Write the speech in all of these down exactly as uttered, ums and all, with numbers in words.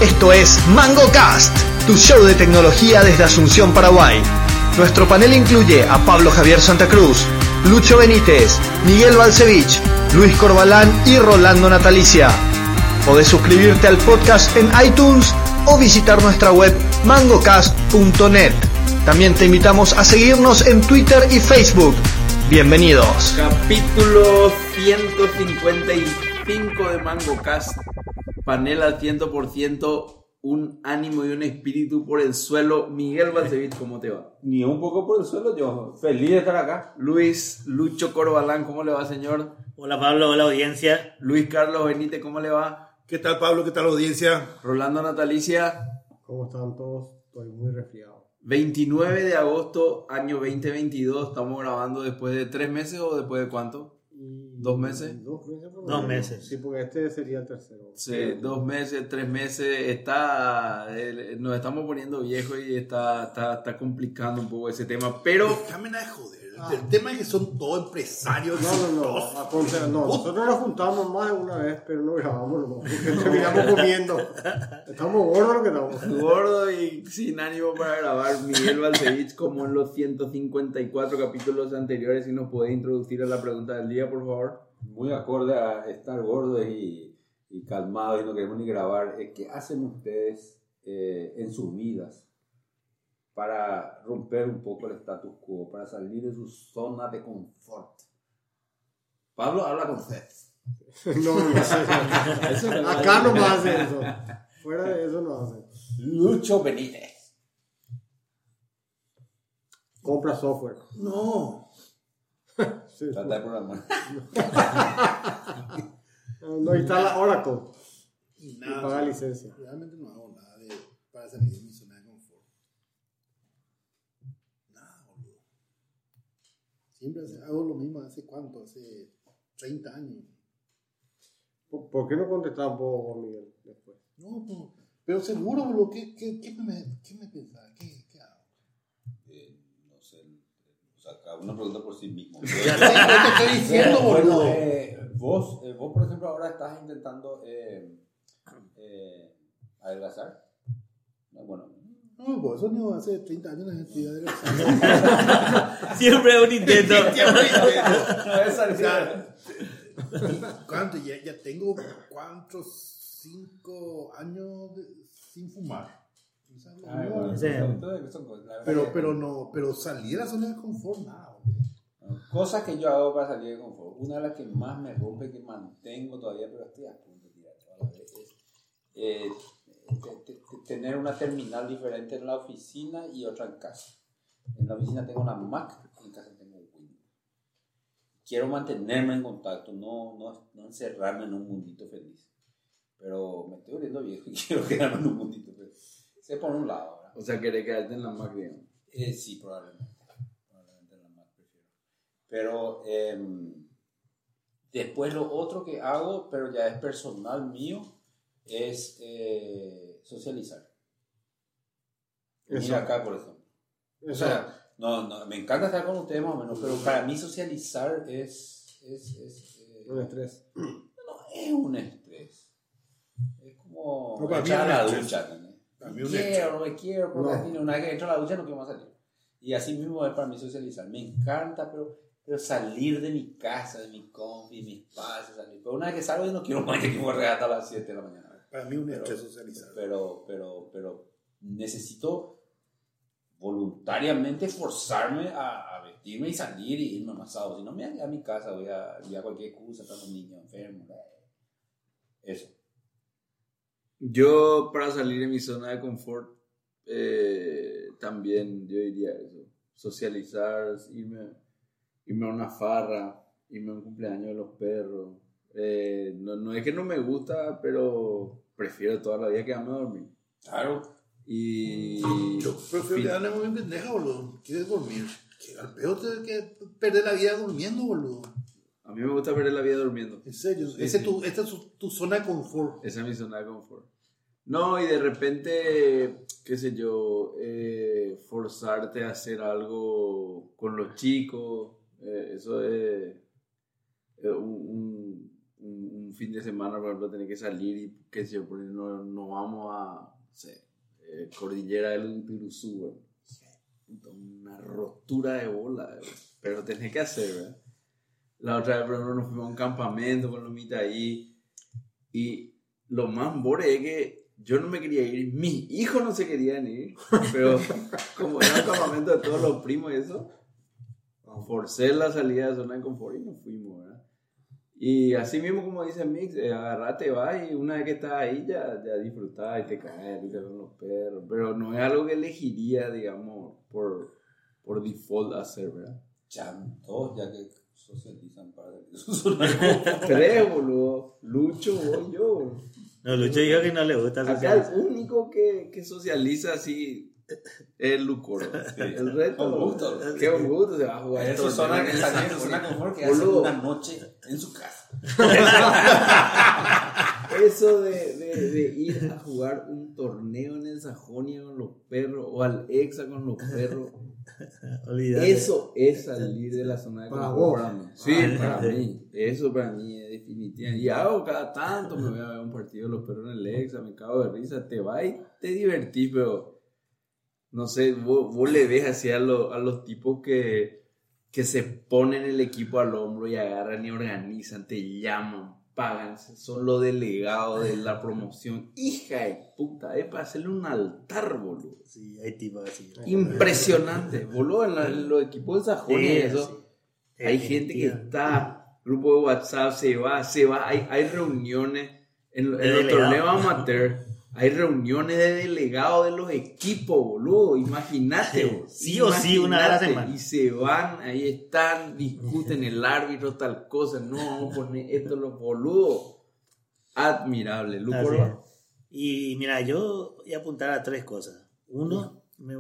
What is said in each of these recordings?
Esto es MangoCast, tu show de tecnología desde Asunción, Paraguay. Nuestro panel incluye a Pablo Javier Santa Cruz, Lucho Benítez, Miguel Balcevich, Luis Corbalán y Rolando Natalicia. Podés suscribirte al podcast en iTunes o visitar nuestra web mangocast punto net. También te invitamos a seguirnos en Twitter y Facebook. Bienvenidos. Capítulo ciento cincuenta y cinco de MangoCast. Panel al cien por ciento, un ánimo y un espíritu por el suelo. Miguel Balcevich, ¿cómo te va? Ni un poco por el suelo, yo feliz de estar acá. Luis Lucho Corbalán, ¿cómo le va, señor? Hola Pablo, hola audiencia. Luis Carlos Benítez, ¿cómo le va? ¿Qué tal, Pablo? ¿Qué tal, audiencia? Rolando Natalicia. ¿Cómo están todos? Estoy muy resfriado. veintinueve de agosto, año veinte veintidós. Estamos grabando después de tres meses o después de cuánto? Y ¿Dos meses? Dos meses. por Dos lo menos. meses. Sí, porque este sería el tercero. Sí, dos meses, tres meses. Está, eh, nos estamos poniendo viejos y está, está, está complicando un poco ese tema. Pero Déjame de joder. Ah. El tema es que son todos empresarios. No, no, no. exitosos. a Ponce, no. Nosotros nos juntamos más de una vez, pero no grabamos, no. Porque terminamos comiendo. Estamos gordos lo que estamos. gordo y sin ánimo para grabar. Miguel Balcevich, como en los ciento cincuenta y cuatro capítulos anteriores, si nos puede introducir a la pregunta del día, por favor. Muy acorde a estar gordos y, y calmados y no queremos ni grabar. Eh, ¿Qué hacen ustedes eh, en sus vidas para romper un poco el status quo, para salir de su zona de confort? Pablo habla con usted. No, no, no. Eso no Acá no vale. más hacen eso. Fuera de eso no hacen. Lucho Benítez. Compra software. No. Sí, Trata de programar. no, no instala Oracle. Y Nada. paga licencia. Realmente no hago nada de, para salir de mi zona de confort. Nada, boludo. Siempre hace- hago lo mismo. ¿Hace cuánto? Hace treinta años. ¿Por, por qué no contestás vos, Miguel, después? No, pero, pero seguro, boludo. ¿Qué, qué, qué me, qué me pensás? ¿Qué, qué hago? Eh, no sé, o sea, cada uno pregunta por sí mismo. Ya sé, yo te estoy diciendo, Bueno, boludo. eh, vos, eh, vos, por ejemplo, ahora estás intentando eh, eh, adelgazar. No, bueno, No, por eso no, hace treinta años la gente de la Siempre un intento. O sea, ¿cuánto? Ya, ya tengo cuántos, cinco años de- sin fumar. O sea, lo ah, mío- bueno, Sí. entonces son cosas, la verdad pero, que- pero no, pero salir de la zona de confort, nada. boludo. Cosas que yo hago para salir de confort. Una de las que más me rompe, que mantengo todavía, pero estoy a punto de tirar toda la vez, es eh, te- te- te- tener una terminal diferente en la oficina y otra en casa. En la oficina tengo una Mac, en casa tengo un Windows. Quiero mantenerme en contacto, no, no, no encerrarme en un mundito feliz. Pero me estoy volviendo viejo y quiero quedarme en un mundito feliz. Sé por un lado, ¿verdad? O sea, querés quedarte en la máquina. Eh, sí, probablemente. Probablemente la Mac prefiero. Pero eh, después lo otro que hago, pero ya es personal mío, es eh, socializar. Eso. Mira acá, por ejemplo. O Eso. sea, no, no, me encanta estar con ustedes más o menos, pero para mí socializar es... es, es eh, Un estrés. no es un estrés. Es como No, para mí echar es a un la estrés. ducha, ¿entendés? Para mí es un quiero, estrés. no me quiero, porque No. así, una vez que entro a la ducha no quiero más salir. Y así mismo es para mí socializar. Me encanta, pero, pero salir de mi casa, de mi compi, mis pases, salir. Pero una vez que salgo yo no quiero más que me voy a regatar a las siete de la mañana. Para mí un Pero- estrés socializar. Pero, pero, pero necesito voluntariamente forzarme a, a vestirme y salir y irme más sábado. Si no, me voy a mi casa, voy a, voy a cualquier cosa, estar con niños enfermos. Eso. Yo, para salir de mi zona de confort, eh, también yo diría eso. Socializar, irme, irme a una farra, irme a un cumpleaños de los perros. Eh, no, no es que no me gusta, pero prefiero toda la vida quedarme a dormir. Claro. Y... Yo prefiero quedarme muy pendeja, boludo. ¿Quieres dormir? Que al peor te que perder la vida durmiendo, boludo. A mí me gusta perder la vida durmiendo. En serio. Sí, Ese sí. Tu, esta es tu, tu zona de confort. Esa es mi zona de confort. No, y de repente, qué sé yo, eh, forzarte a hacer algo con los chicos, eh, eso es, eh, un, un- un, un fin de semana, por ejemplo, tener que salir y que si no, no vamos a, no sé, eh, Cordillera del Piruzú, güey. Una rotura de bola, güey. Pero tenés que hacer, ¿verdad? La otra vez, por ejemplo, nos fuimos a un campamento con Lomita ahí y lo más bore es que yo no me quería ir, mis hijos no se querían ir, pero como era un campamento de todos los primos y eso, forcé la salida de zona de confort y nos fuimos, ¿verdad? Y así mismo como dice Mix, eh, agarrate, va y una vez que estás ahí ya, ya disfrutás y te caes, y te ven los perros, pero no es algo que elegiría, digamos, por, por default hacer, ¿verdad? Chantos, ya que socializan para de Tres, boludo, Lucho, vos, yo, boludo. No, Lucho dijo que no le gusta Acá socializar. el único que, que socializa así es Lucoro. Sí. El resto, Con gusto. Qué un gusto se va a jugar. Eso esto, son ¿no? las que salen de zona de confort que hacen Boludo. una noche en su casa. Eso de, de, de ir a jugar un torneo en el Sajonia con los perros o al Exa con los perros. Olvídate. Eso es salir de la zona de Para confort vos. para mí. Sí, para mí. Eso para mí es definitivamente. Y hago cada tanto, me voy a ver un partido de los perros en el Exa, me cago de risa, te vas y te divertís, pero no sé, vos, vos le ves así a, lo, a los tipos que, que se ponen el equipo al hombro y agarran y organizan, te llaman, pagan, son los delegados de la promoción. Hija de puta, es para hacerle un altar, boludo. Sí, hay tipos así. Impresionante, boludo, en, la- en los equipos de Sajonia y eso. Sí. Hay gente que está, grupo de WhatsApp, se va, se va, hay, hay reuniones, en, en De los delegado. torneos amateur, hay reuniones de delegados de los equipos, boludo, imagínate, Sí, boludo, sí o sí, una vez a la imagínate, semana. y se van, ahí están, discuten el árbitro, tal cosa, no, vamos a poner esto, los boludos, admirable, Luco, Así ¿verdad? es. Y mira, yo voy a apuntar a tres cosas. Uno, me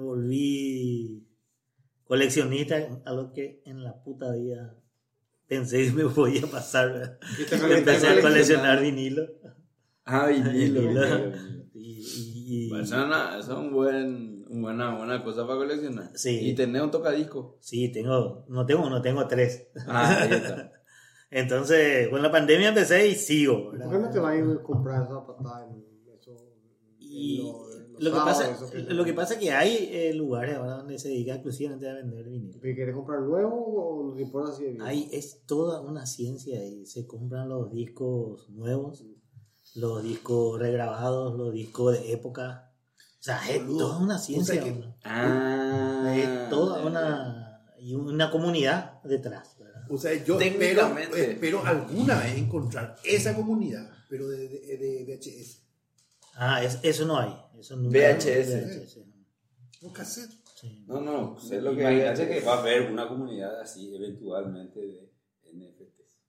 volví coleccionista, algo que en la puta vida pensé que me podía pasar, ¿verdad? Empecé a coleccionar vinilo. Ah, vinilo, Vinilo. vinilo. Y, y- y- Pues Eso es una, eso es un buen, una buena, buena cosa para coleccionar. Sí. Y tener un tocadisco. sí, tengo, no tengo uno, tengo tres. Ah, ahí está. Entonces, con la pandemia empecé y sigo, ¿Por ¿verdad? qué no te vas a ir a comprar esa patada en eso? Y en lo- en los lo que, sábados, pasa, eso que- lo que pasa es que hay eh, lugares ahora donde se dedica exclusivamente a vender vinilo. ¿Pero quieres comprar nuevo o no te importa si es viejo? Ahí es toda una ciencia ahí. Se compran los discos nuevos, los discos regrabados, los discos de época. O sea, es Boludo, toda una o ciencia. sea que- boludo. Ah. Es toda una, y una comunidad detrás, ¿verdad? O sea, yo espero, Técnicamente. espero alguna vez encontrar esa comunidad, pero de, de, de V H S. Ah, es- eso no hay. Eso nunca- V H S. V H S, Un cassette. sí. No, no, sé lo que Imagínate que va a haber una comunidad así eventualmente de N F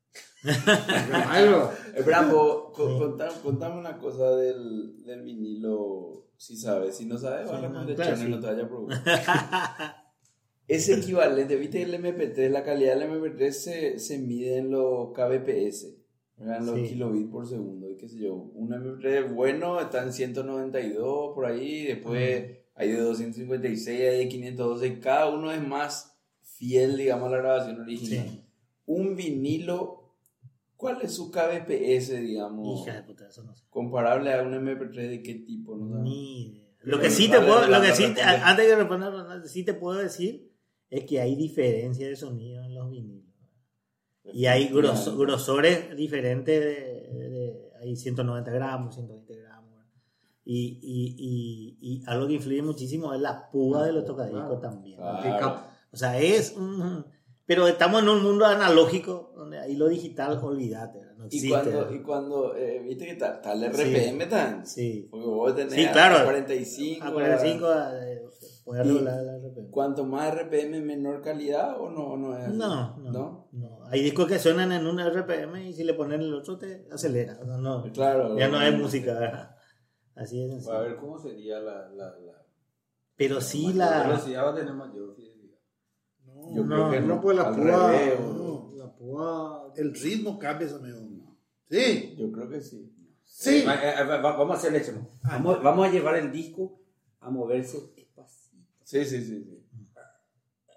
Ts. Algo. Espera, vos, co- contame, contame una cosa del, del vinilo, si sabes. Si no sabes, Sí, va a la no, contestar claro, y sí. no te vaya a preocupar. Es equivalente, viste el M P tres, la calidad del M P tres se, se mide en los K B P S, ¿verdad? En los Sí. kilobits por segundo, y qué sé yo. Un M P tres bueno está en ciento noventa y dos por ahí, después hay de doscientos cincuenta y seis, hay de quinientos doce, cada uno es más fiel, digamos, a la grabación original. Sí. Un vinilo, ¿cuál es su K B P S, digamos? Hija de puta, eso no sé. Comparable a un M P tres de qué tipo, ¿no? Ni idea. Lo que sí te Dale, puedo, dale, lo que dale, sí, responde. antes de responder, Ronaldo, sí te puedo decir es que hay diferencia de sonido en los vinilos. Y hay gros- grosores diferentes, de, de- de- hay ciento noventa gramos, ciento veinte gramos. Y, y, y, y algo que influye muchísimo es la púa de los tocadiscos también. Claro. O sea, es un... Pero estamos en un mundo analógico donde ahí lo digital, olvídate, no Y existe. cuando, y cuando eh, viste que está, está el R P M tan. Sí. Porque vos tenés Sí, a claro. cuarenta y cinco. A cuarenta y cinco eh, poder Y- regular el R P M. Cuanto más R P M, menor calidad o no, no es así? No, no, ¿No? no. Hay discos que suenan en un R P M y si le ponen el otro te acelera. No, no. Claro. Ya no es no. música, ¿verdad? Así es Va a sencillo. ver cómo sería la, la, la, Pero sí mayor la... velocidad va a tener mayor fidelidad. No, Yo No, creo que No, no. pues la Al púa. revés, no, la púa. el ritmo cambia, amigo. Sí, Yo creo que sí. sí. Eh, eh, va- va- vamos a hacer el extremo. Vamos, vamos a llevar el disco a moverse despacito. Sí, sí, sí. sí.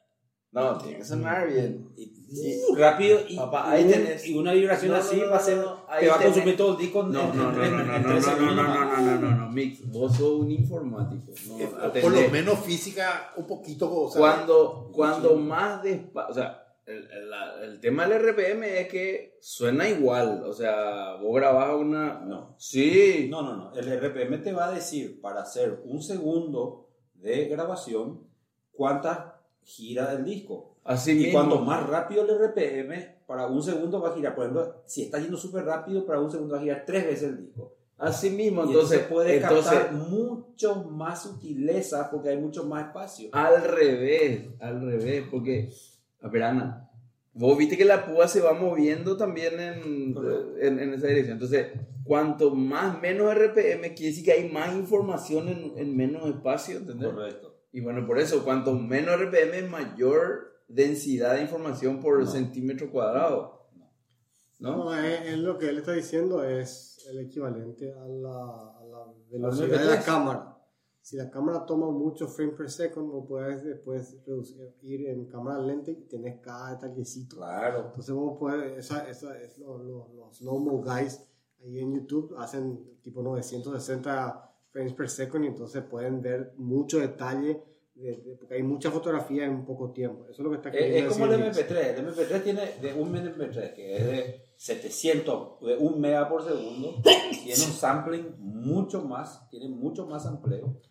No, tiene que sonar bien. Y, y, rápido y, Papá, ahí un, tenés. y una vibración No, así no, no, va a ser, no, ahí te va a tenés. consumir todo el disco en, No, en, no, no, en, no, en, no, en no, tres no, no, segundos. no, no, no, no, no, Mix, vos sos un informático. No, Eh, por atendé. lo menos física un poquito. O sea, Cuando, cuando más despacio, o sea, el, el, la- el tema del R P M es que suena igual, o sea, vos grabás una... No. Sí. No, no, no. El R P M te va a decir para hacer un segundo de grabación cuántas gira el disco. Así Y mismo. cuanto más rápido el R P M, para un segundo va a girar. Por ejemplo, si está yendo súper rápido, para un segundo va a girar tres veces el disco. Así mismo, Y entonces, puede entonces captar mucho más sutileza porque hay mucho más espacio. al revés, al revés, porque, a ver, Ana, vos viste que la púa se va moviendo también en, en, en esa dirección. Entonces, cuanto más menos R P M, quiere decir que hay más información en, en menos espacio, ¿entendés? Correcto. Y bueno, por eso, cuanto menos R P M, mayor densidad de información por No. centímetro cuadrado. ¿No? No, es, es lo que él está diciendo es el equivalente a la, a la velocidad M P de la tres. cámara. Si la cámara toma muchos frames per second, vos puedes después reducir, ir en cámara lenta y tenés cada detallecito. Claro. Entonces vos puedes, esa, esa es lo, lo- los slow-mo guys ahí en YouTube hacen tipo novecientos sesenta frames per second y entonces pueden ver mucho detalle de- de- porque hay mucha fotografía en poco tiempo. Eso es lo que está Es, queriendo es como el decir M P tres. El M P tres tiene de un M P tres que es de setecientos, de un mega por segundo. Tiene un sampling mucho más, tiene mucho más sampleo.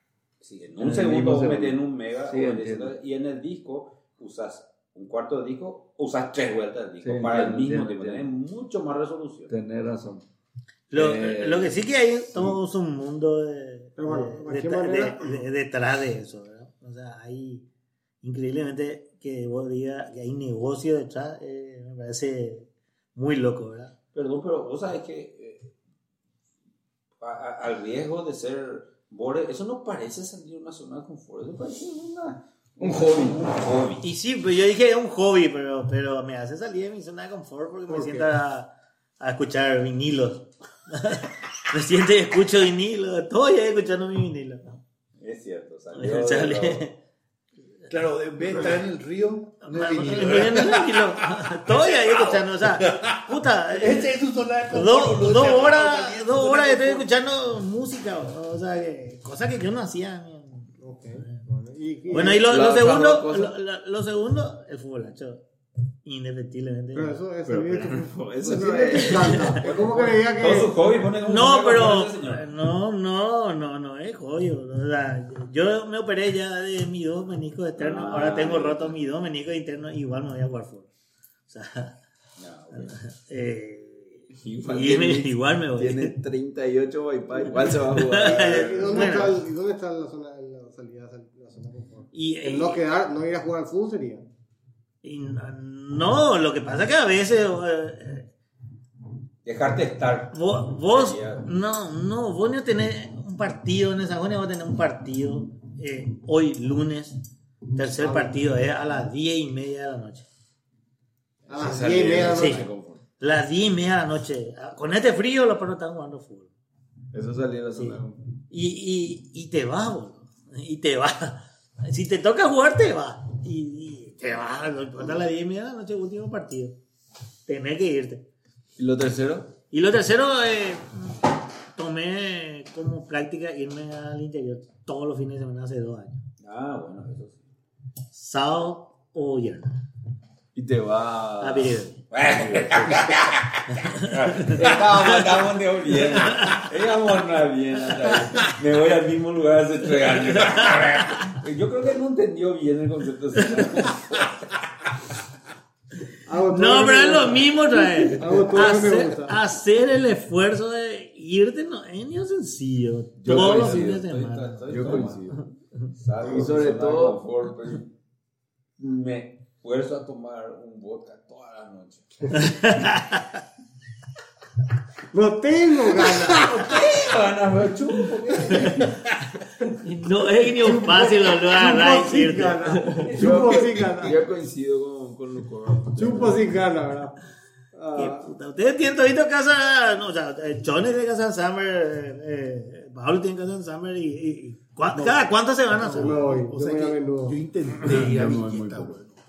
Sí, en un En el segundo mismo vos segundo. metés en un mega. Sí, o en entiendo. ese- y en el disco usas un cuarto de disco, usas tres vueltas del disco Sí, para entiendo, el mismo entiendo, tiempo. Tenés mucho más resolución. Tenés razón. Lo, Eh, lo que sí que hay todo es un mundo de, Pero bueno, de- de cualquier de- manera- de- de- detrás de eso, ¿verdad? O sea, hay increíblemente que vos digas que hay negocio detrás, eh, me parece muy loco, ¿verdad? Perdón, pero vos sabés que eh, a- a- al riesgo de ser borde, eso no parece salir de una zona de confort, eso parece una, Un hobby. Un hobby. Y sí, pues yo dije un hobby, pero, pero me hace salir de mi zona de confort porque me ¿Por qué? siento a, a escuchar vinilos. Me siento y escucho vinilos, estoy ahí escuchando mi vinilo. Es cierto, salió de Sale- lo- Claro, en vez de estar en el río, no Me- es me- vinilo. me- me- tranquilo. Estoy ahí escuchando, o sea, puta, eh, Esta es su zona de confort, dos, boludo, dos o sea, horas, salí de su dos zona horas de estoy confort. escuchando música, o sea, que, cosa que yo no hacía. mi- Ok, bueno, y, y- Bueno, y lo, La lo otra segundo, cosa- lo, lo- lo segundo, el futbolacho, indefectiblemente. Pero eso, eso, Pero, vive pero, tu- eso eso no vive es- tu planta. Es como que me diga Todo su que. hobby pone como No, una pero confort ese señor. no, no, no, no es joyo. O sea, yo me operé ya de mis dos meniscos externos, Ah, ahora tengo ya. roto mis dos meniscos internos, igual me voy a jugar fútbol. O sea, Ya, ok. eh, Igual, y que me- Mix igual me voy. Tiene treinta y ocho Wi-Fi, igual se va a ¿Y jugar. dónde, Bueno. está, el- ¿Y dónde está la zona, la salida, la zona de confort? Y, El y- no quedar, no ir a jugar al fútbol sería. y no, lo que pasa es que a veces eh, Dejarte estar. vos, vos Sería- no, no, vos no tenés un partido en esa zona, vos tenés un partido eh, hoy lunes, tercer partido es a las diez y media de la noche. A las Se diez y sale media de la de Sí. noche. zona de confort. Las diez y media de la noche. Con este frío los perros están jugando fútbol. Eso salía de la Sí. zona de confort. Y, y, y te vas, boludo. Y te vas. Si te toca jugar, te vas. Y, y te vas. No importa las diez y media de la noche, último partido. Tenés que irte. ¿Y lo tercero? Y lo tercero, eh, tomé como práctica irme al interior todos los fines de semana hace dos años. Ah, bueno, eso sí. Sábado o viernes. Y te va. A Pireo. Estábamos, estábamos de bien. Íbamos a bien. Me voy al mismo lugar hace tres años. Yo creo que no entendió bien el concepto de zona de confort. Hago todo No, lo pero que es me lo gusta. mismo otra vez. Hago todo lo que me Hacer, gusta. hacer el esfuerzo de irte no es ni sencillo. Yo Todos los coincido, fines de Estoy- semana. estoy Yo tomando. coincido. Salgo Y sobre de zona de todo- confort, pues, me esfuerzo a tomar un vodka toda la noche. No tengo ganas. Ganas, me chupo. No es ni un fácil lo agarrar y Chupo sin irte. ganas. Chupo sin ganas. Yo coincido con, con lo correcto. Chupo sin ganas, ¿verdad? Qué Ah, puta. Ustedes tienen todito casa, no, o sea, eh, Johnny tiene casa en Summer, eh, eh, Pablo tiene casa en Summer y, y- y ¿cuá- cada cuánto se van a hacer? yo me voy. O Yo sea me voy a que menudo. yo intenté ir a No, no, es muy Villeta, poco. bueno.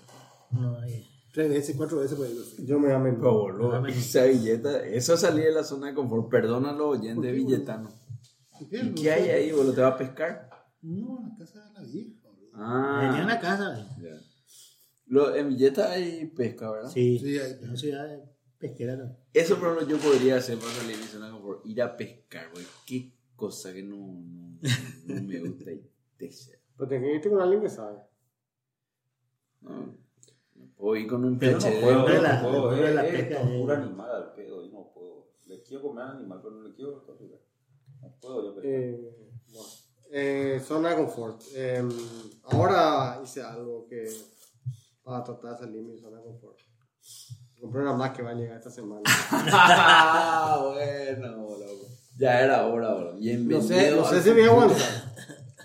No hay. Tres veces, cuatro veces por ahí. No sé. Yo me llamo. Pero boludo, esa billeta, eso salí de la zona de confort. Perdona a los oyentes qué, billetanos. ¿Por qué? ¿Y No qué sé. hay ahí, boludo? ¿Te va a pescar? No, en la casa de la vieja, boludo. Ah. Tenía una casa. ¿eh? Ya. Lo, en Villeta hay pesca, ¿verdad? Sí, Sí, hay- una ciudad pesquera. ¿no? Eso, por ejemplo, yo podría hacer para salir de mi zona de confort. Ir a pescar, güey. Qué cosa que no, no, no me gusta y deseo. Pero tenés que irte con alguien que sabe. No, puedo ir con un Pero peche No de puedo, Después de no la- puedo, después de es, la es pesca, tortura eh. animal al pedo, yo no puedo. Le quiero comer al animal, pero no le quiero torturar. No puedo yo pescar. Eh, bueno. Eh, zona de confort. Eh, ahora hice algo que para tratar de salir de mi zona de confort. Compré una más que va a llegar esta semana. Ah, bueno, boludo. Ya era hora, boludo. Bienvenido. No sé, no al sé si me voy a futuro. aguantar.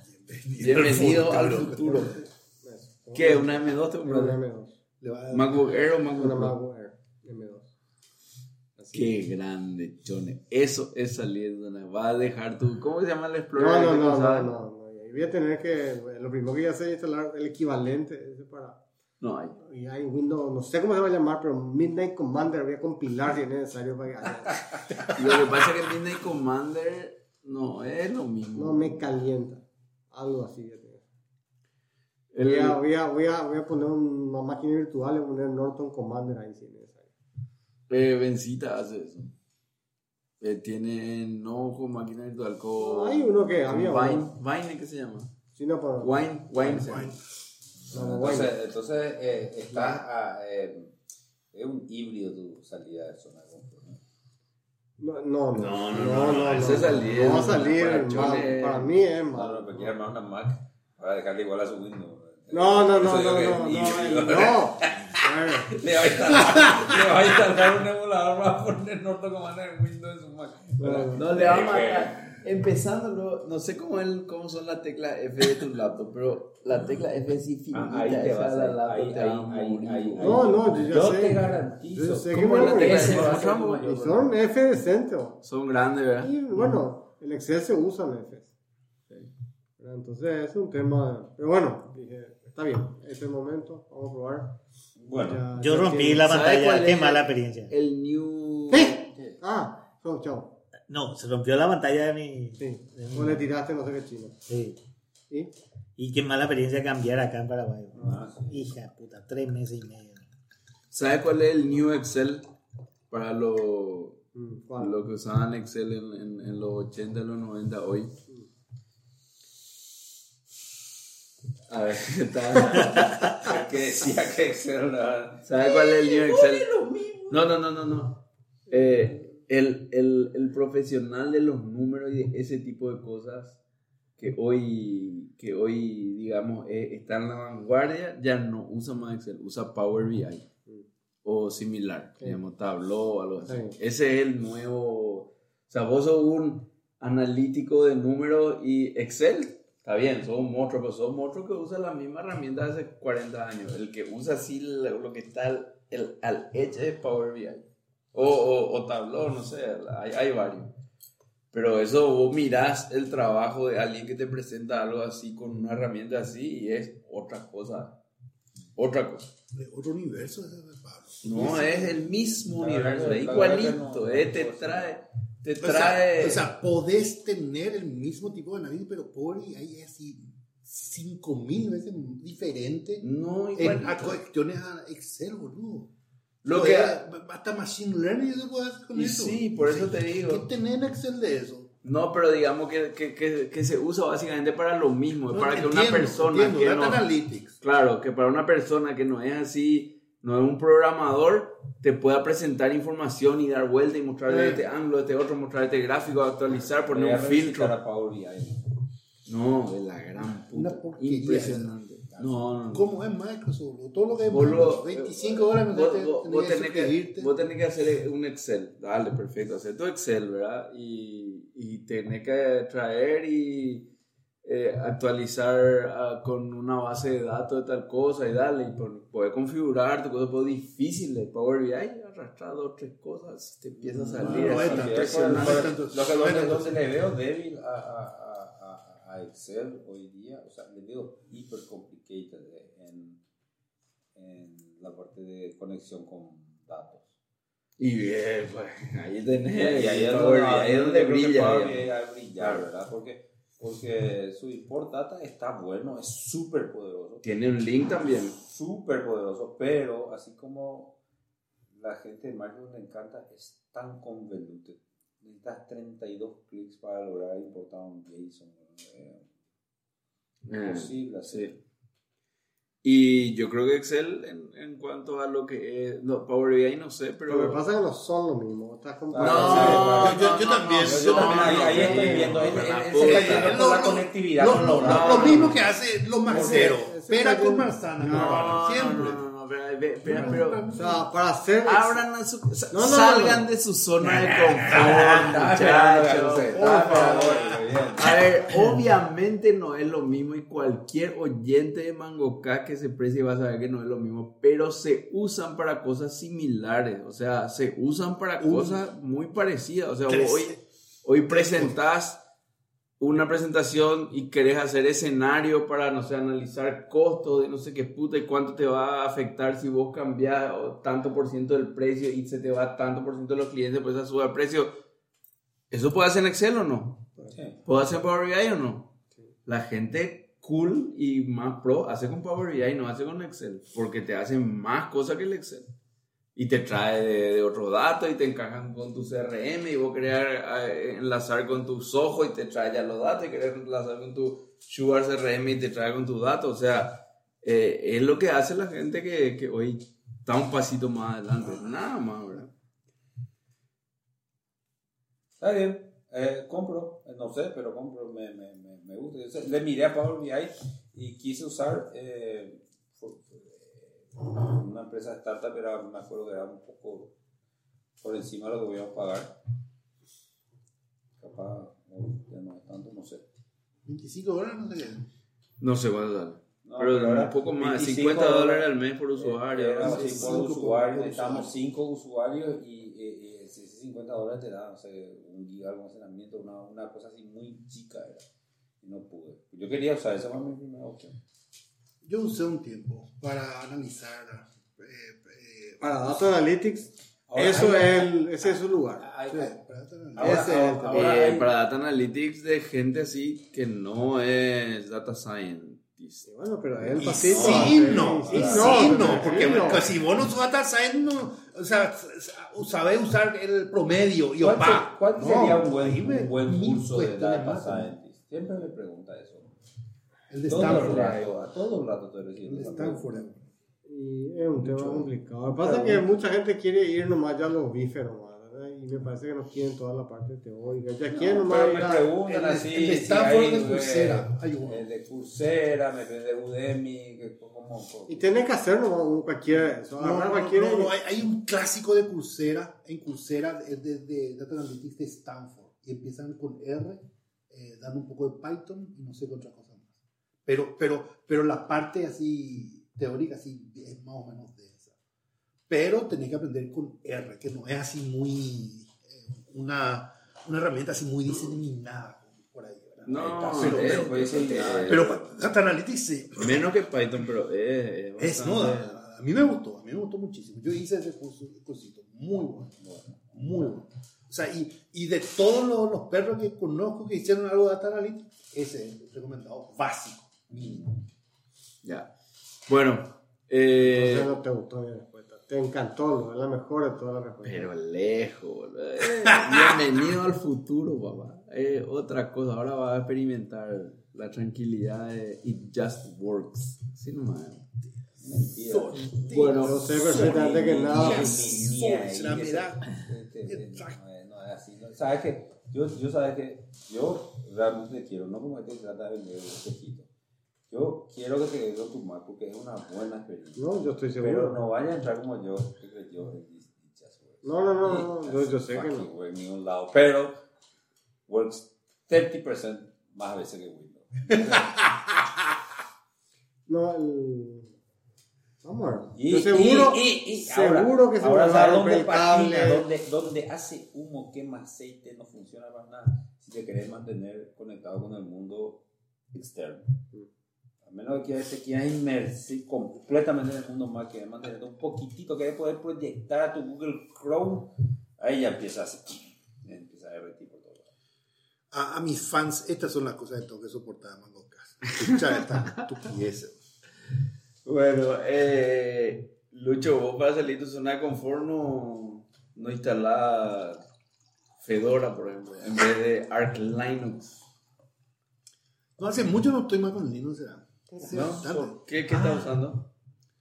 Bienvenido al futuro. Eso. ¿Qué? ¿Una M dos te Una compraste? M dos. Le va a dar- ¿MacBook Air o MacBook Una Pro? MacBook Air M dos. Así. Qué grande, Chone. Eso es salir de una. Va a dejar tu. ¿Cómo se llama el No, Explorer? no, que no, no, sabes? no, no. Y voy a tener que, lo primero que voy a hacer es instalar el equivalente ese para, No hay. y hay Windows, no sé cómo se va a llamar, pero Midnight Commander voy a compilar si es necesario para que Lo que pasa es que Midnight Commander no es lo mismo. no me calienta, algo así. voy a tener. El- Voy a, voy a, voy a, voy a poner una máquina virtual y poner Norton Commander ahí si es necesario. eh, Bencita hace eso. Eh, tiene no con máquina virtual, con. No, hay uno que con había Wine. uno. Wine, ¿qué se llama? Si no, pues, Wine. Wine. se llama. Wine. no, Entonces, bueno. entonces eh, estás a, eh, es un híbrido tu salida de zona de confort, ¿no? No, no, no, No, no, no, no, eso es salir, no va a salir para mal, Chole. para mí es No, malo. no, pero quiere armar una Mac para dejarle igual a su Windows. No, no, Por no, eso no, digo no, que no, es híbrido. no. Bueno. Le va a instalar, le va a instalar un emulador para poner Norton Commander en Windows en su Mac. No, No le va a matar. Empezando, no, no sé cómo, el, cómo son las teclas F de tu laptop, pero la tecla F es infinita. Ah, ahí te esa vas, de la ahí, laptop ahí, te va a ahí, morir. ahí, ahí. No, no, yo ya Yo sé. te garantizo. Yo sé que ¿Cómo me es la voy a tecla morir. F? Ese va a ser tu Mostramos. mayor Y son F decentes. ¿o? Son grandes, ¿verdad? Y bueno, en Excel se usan F. ¿Verdad? Entonces es un tema. Pero bueno, dije, está bien, este es el momento, vamos a probar. Bueno, Ya- Yo ya rompí tiene- la ¿Sabe pantalla, cuál qué es? mala experiencia. El New. ¿Eh? Ah, chao, chao. No, se rompió la pantalla de mi. Sí, de mi- vos le tiraste no sé qué chino. Sí. ¿Y? Y qué mala experiencia cambiar acá en Paraguay. Ah, sí. Hija de puta, tres meses y medio. ¿Sabes cuál es el New Excel? Para lo, Mm, ¿cuál? lo que usaban Excel en, en, en los ochenta, los noventa, hoy. A ver, está. que decía que Excel era... ¿Sabes cuál es el New Excel? No, no, no, no, no. Eh, el, el, el profesional de los números y de ese tipo de cosas que hoy, que hoy digamos, eh, está en la vanguardia, ya no usa más Excel, usa Power B I o similar, Sí. digamos, Tableau o algo así. Sí. Ese es el nuevo. O sea, vos sos un analítico de números y Excel. Está bien, sos un monstruo, pero sos un monstruo que usa la misma herramienta de hace cuarenta años. El que usa así lo, lo que está al, el, al edge es Power B I. O, o, o Tableau, no sé, hay, hay varios. Pero eso vos mirás el trabajo de alguien que te presenta algo así con una herramienta así y es otra cosa. Otra cosa. De otro universo ese de Pablo. No, es el mismo La verdad universo, que- es la verdad que igualito, no- eh, no te puedo trae, te O sea, trae. o sea, podés tener el mismo tipo de análisis, pero por ahí es así cinco mil veces diferente No, en igualito. a cuestiones a Excel, boludo. Lo Podés- que- hasta Machine Learning eso puedes hacer con Y eso. sí, por eso te ¿Qué digo. tenés en Excel de eso? No, pero digamos que, que, que, que se usa básicamente para lo mismo, No, para que entiendo, una persona entiendo, que Data no, Analytics. claro, que para una persona que no es así, no es un programador, te pueda presentar información y dar vuelta y mostrar de Eh. este ángulo, de este otro, mostrar este gráfico, actualizar, poner Voy a un revisitar filtro. a Power B I. No, de la gran Una puta. porquería Impresionante. No, no, no. ¿Cómo es Microsoft? boludo? Todo lo que es Vos lo- Microsoft, veinticinco dólares vos, tenés vos- que vos tenés que, suscribirte. vos tenés que hacer un Excel. Dale, perfecto. Hacer tu Excel, ¿verdad? Y, y tenés que traer y eh, actualizar ah, con una base de datos de tal cosa y dale. Y por- poder configurar tu cosa, pues difícil de Power B I. Arrastrar dos o tres cosas, te empieza a salir. no así, es tanto, impresionante. no es tanto. Lo que donde, donde le veo débil a, a, a, a, a Excel hoy día, o sea, le veo hiper complicated en, en la parte de conexión con datos. Y bien, pues ahí tenés. Y ahí es Power donde, B I, ahí es donde brilla. Power B I digamos. va a brillar, ¿verdad? Porque, porque su import data está bueno, es súper poderoso. Tiene un link también. Súper poderoso, pero así como la gente de Microsoft le encanta, es tan convoluted. Necesitas treinta y dos clics para lograr importar un JSON. Eh, imposible hacer. Sí. Y yo creo que Excel, en, en cuanto a lo que es no, Power B I, no sé, pero. Lo que pasa es que no son lo mismo. Estás No, comparando. yo, yo, yo también. Yo, yo también, también. ahí, ahí no, estoy no, viendo, él, no, él- él no, se no, está yendo Lo, por la lo- conectividad lo- con lo- los lo- datos. lo mismo que hace los marceros. Ese- Pera ese- con manzana. No, cabal, siempre. no, no, no, pero, pero, pero, O sea, para hacer. abran su, sa- No, no, salgan no. de su zona de confort, muchachos. A ver, obviamente no es lo mismo y cualquier oyente de Mangocá que se precie va a saber que no es lo mismo, pero se usan para cosas similares, o sea, se usan para cosas muy parecidas. O sea, Tres. hoy, hoy presentás una presentación y querés hacer escenario para, no sé, analizar costos de no sé qué puta y cuánto te va a afectar si vos cambiás o tanto por ciento del precio y se te va tanto por ciento de los clientes, pues a sube el precio. ¿Eso puede hacer en Excel o no? Sí. ¿Puede hacer Power B I o no? La gente cool y más pro hace con Power B I, no hace con Excel, porque te hace más cosas que el Excel. Y te trae de, de otros datos y te encajan con tu C R M y vos querés eh, enlazar con tu Soho y te trae ya los datos y querés enlazar con tu Sugar C R M y te trae con tus datos. O sea, eh, es lo que hace la gente que, que hoy está un pasito más adelante. Nada más, ¿verdad? Está bien, eh, compro, eh, no sé, pero compro, me, me, me, me gusta. Yo sé, le miré a Power B I y quise usar eh, for- for- una empresa de startup, era, me acuerdo que era un poco por encima de lo que voy a pagar. Capaz, no, ya no es tanto, no sé. veinticinco dólares, no sé qué. No sé cuánto sale. No, pero era un poco más, veinticinco cincuenta dólares al mes por usuario. Era algo así así. por cinco usuario, por necesitamos usuario. cinco usuarios y eh, eh, si esos cincuenta dólares te da, no sé, un giga de almacenamiento, una, una cosa así muy chica era. Y no pude. Yo quería usar, esa fue mi primera opción. Yo usé un tiempo para analizar. eh, eh, Para Data Analytics, Ahora, eso hay- es, el, ese es su lugar. Hay- sí, hay- para data analysis. Ahora- Ese es el ahora- tema. Eh, hay- para Data Analytics de gente así que no es Data Scientist. Sí, bueno, pero es el Y pasito. sí, hace- no, sí, y no, sí, no, sí, porque no. porque si vos no usas data science, no, o sea, sabés usar el promedio y ¿Cuál, opa. se- cuál No, sería un buen, dime un buen mil curso de cuestiones Data más. Scientist? Siempre me pregunta eso. El de Todo el Stanford. rato, a todo el rato estoy El recibiendo de esa Stanford. pregunta. Y es un tema Mucho. complicado. Lo que pasa es que mucha gente quiere ir nomás ya a los bifes nomás, ¿verdad? Y me parece que no quieren toda la parte teórica. Ya quieren nomás Pero ir me a... preguntan el de- así. el de si Stanford hay, de güey, Coursera, hay uno. El de Coursera, me de Udemy, que como. como- Y tienen que hacer nomás un cualquiera de eso. No, Agarrar no, cualquiera no, y- no, hay, hay un clásico de Coursera, en Coursera, es de, de Data Analytics de Stanford, y empiezan con R, eh, dan un poco de Python y no sé qué otra cosa más. Pero, pero, pero la parte así teórica sí es más o menos de esa. Pero tenés que aprender con R, que no es así muy, eh, una, una herramienta así muy diseminada por ahí, ¿verdad? No, pero, es- pero, es- es- pero Data Analytics sí. menos que Python, pero es, Es, no, bastante- a, a mí me gustó, a mí me gustó muchísimo. Yo hice ese curso, cursito, muy bueno, muy bueno. O sea, y, y de todos los, los perros que conozco que hicieron algo de Data Analytics, ese es el recomendado básico, mínimo. Ya. Bueno, eh, Entonces no te gustó mi respuesta. Te encantó, ¿no? Es la mejor de todas las respuestas. pero lejos, boludo. Eh, bienvenido al futuro, papá. Eh, otra cosa, ahora vas a experimentar la tranquilidad de It Just Works. Así nomás. Mentira. Bueno, Yo sé perfectamente que nada. Será, mira. No es así. ¿no? ¿Sabes qué? Yo, yo sabes que yo realmente quiero, no como este que trata de vender el poquito. Yo quiero que te quede tu Mac porque es una buena experiencia. No, yo estoy seguro. Pero no vaya a entrar como yo, que creyó en It Just Works. No, no, no, no, It yo- just yo sé que fucking no. works en ningún lado. Pero works treinta por ciento más veces que Windows. No, el... Vamos a ver. Y, Yo seguro, y, y, y seguro ahora, que se ahora me va a ¿sabes romper dónde el cable. patina? Donde, donde hace humo, quema aceite, no funciona para nada. Si te querés mantener conectado con el mundo externo. A menos que se quiera inmersar completamente en el mundo Mac, que mantener un poquitito, que poder proyectar a tu Google Chrome, ahí ya empieza a hacer, empieza a derretir por todo. A, a mis fans, estas son las cosas que tengo que soportar de MangoCast. Escuchar esta estupidez. Bueno, eh, Lucho, vos para salir de tu zona de confort no, no instalás Fedora, por ejemplo, en vez de Arch Linux. No, hace mucho no estoy más con Linux, ¿será? Sí, ¿No? bastante. ¿Por ¿Qué, qué estás usando?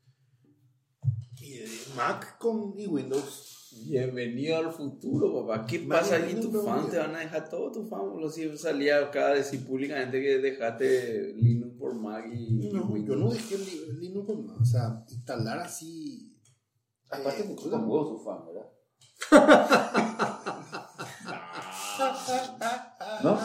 Y, eh, Mac con y Windows. Bienvenido al futuro, papá. ¿Qué Mac pasa y aquí? Linux, Tus pero fans te van a dejar todos tus fans. Lo si salía acá a decir públicamente que dejaste Linux por Mac y, y No, Windows. yo no dejé li- Linux con Mac. O sea, instalar así. Aparte eh, que cosas- con huevos su fan, ¿verdad? ¿No?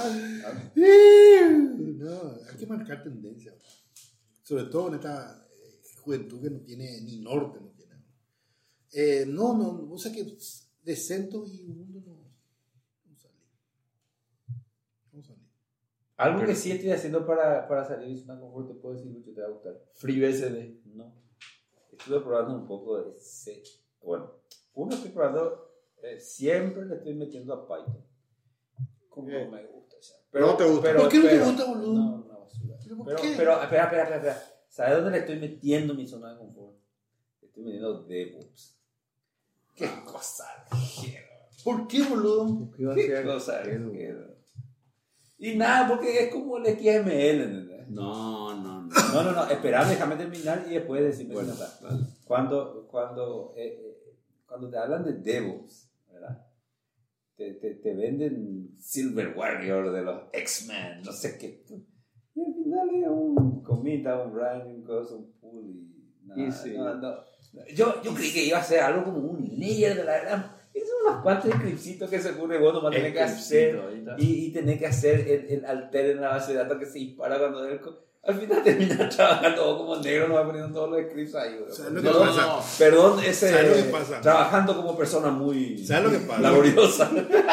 No, hay que marcar tendencia. Sobre todo en esta eh, juventud que no tiene ni norte. No, tiene. Eh, no, no, o sea que de CentOS y Ubuntu no, no salí. No salí. Algo Pero- que sí estoy haciendo para, para salir de zona de confort, te puedo decir, Lucho, te va a gustar. FreeBSD. No. Estuve probando un poco de C. Bueno, uno estoy probando, eh, siempre le estoy metiendo a Python. Como Bien. no me gusta ya. No te gusta. ¿Por qué no te pero- gusta, boludo? No, una basura. ¿Pero por Pero, qué? pero, espera, espera, espera, espera. ¿Sabes dónde le estoy metiendo mi zona de confort? Le estoy metiendo DevOps. Qué cosa quiero. ¿Por qué, boludo? ¿Qué va a Qué ser? cosa quiero. Y nada, porque es como el X M L, ¿entendés? No, no, no. No, no, no, esperame, déjame terminar y después decirme Bueno, si no está. dale. Cuando, cuando, eh, eh, cuando te hablan de DevOps, ¿verdad? Te, te, te venden Silver Warrior de los X-Men, no sé qué. Y al final es un comita, un run, un cosa, un pull y nada. Y sí. no, no. Yo, yo creí que iba a ser algo como un layer de la gran. Es unas cuantas scriptsitos que se ocurre, bueno, va a tener que hacer. Scriptcito, ahí está. Y, y tener que hacer el, el alter en la base de datos que se dispara cuando el co- al final termina trabajando todo como negro, nos va poniendo todos los scripts ahí, güey. ¿Sabes lo que No, pasa? no, perdón, ese ¿Sabes lo que pasa? trabajando como persona muy ¿Sabes lo que pasa? laboriosa.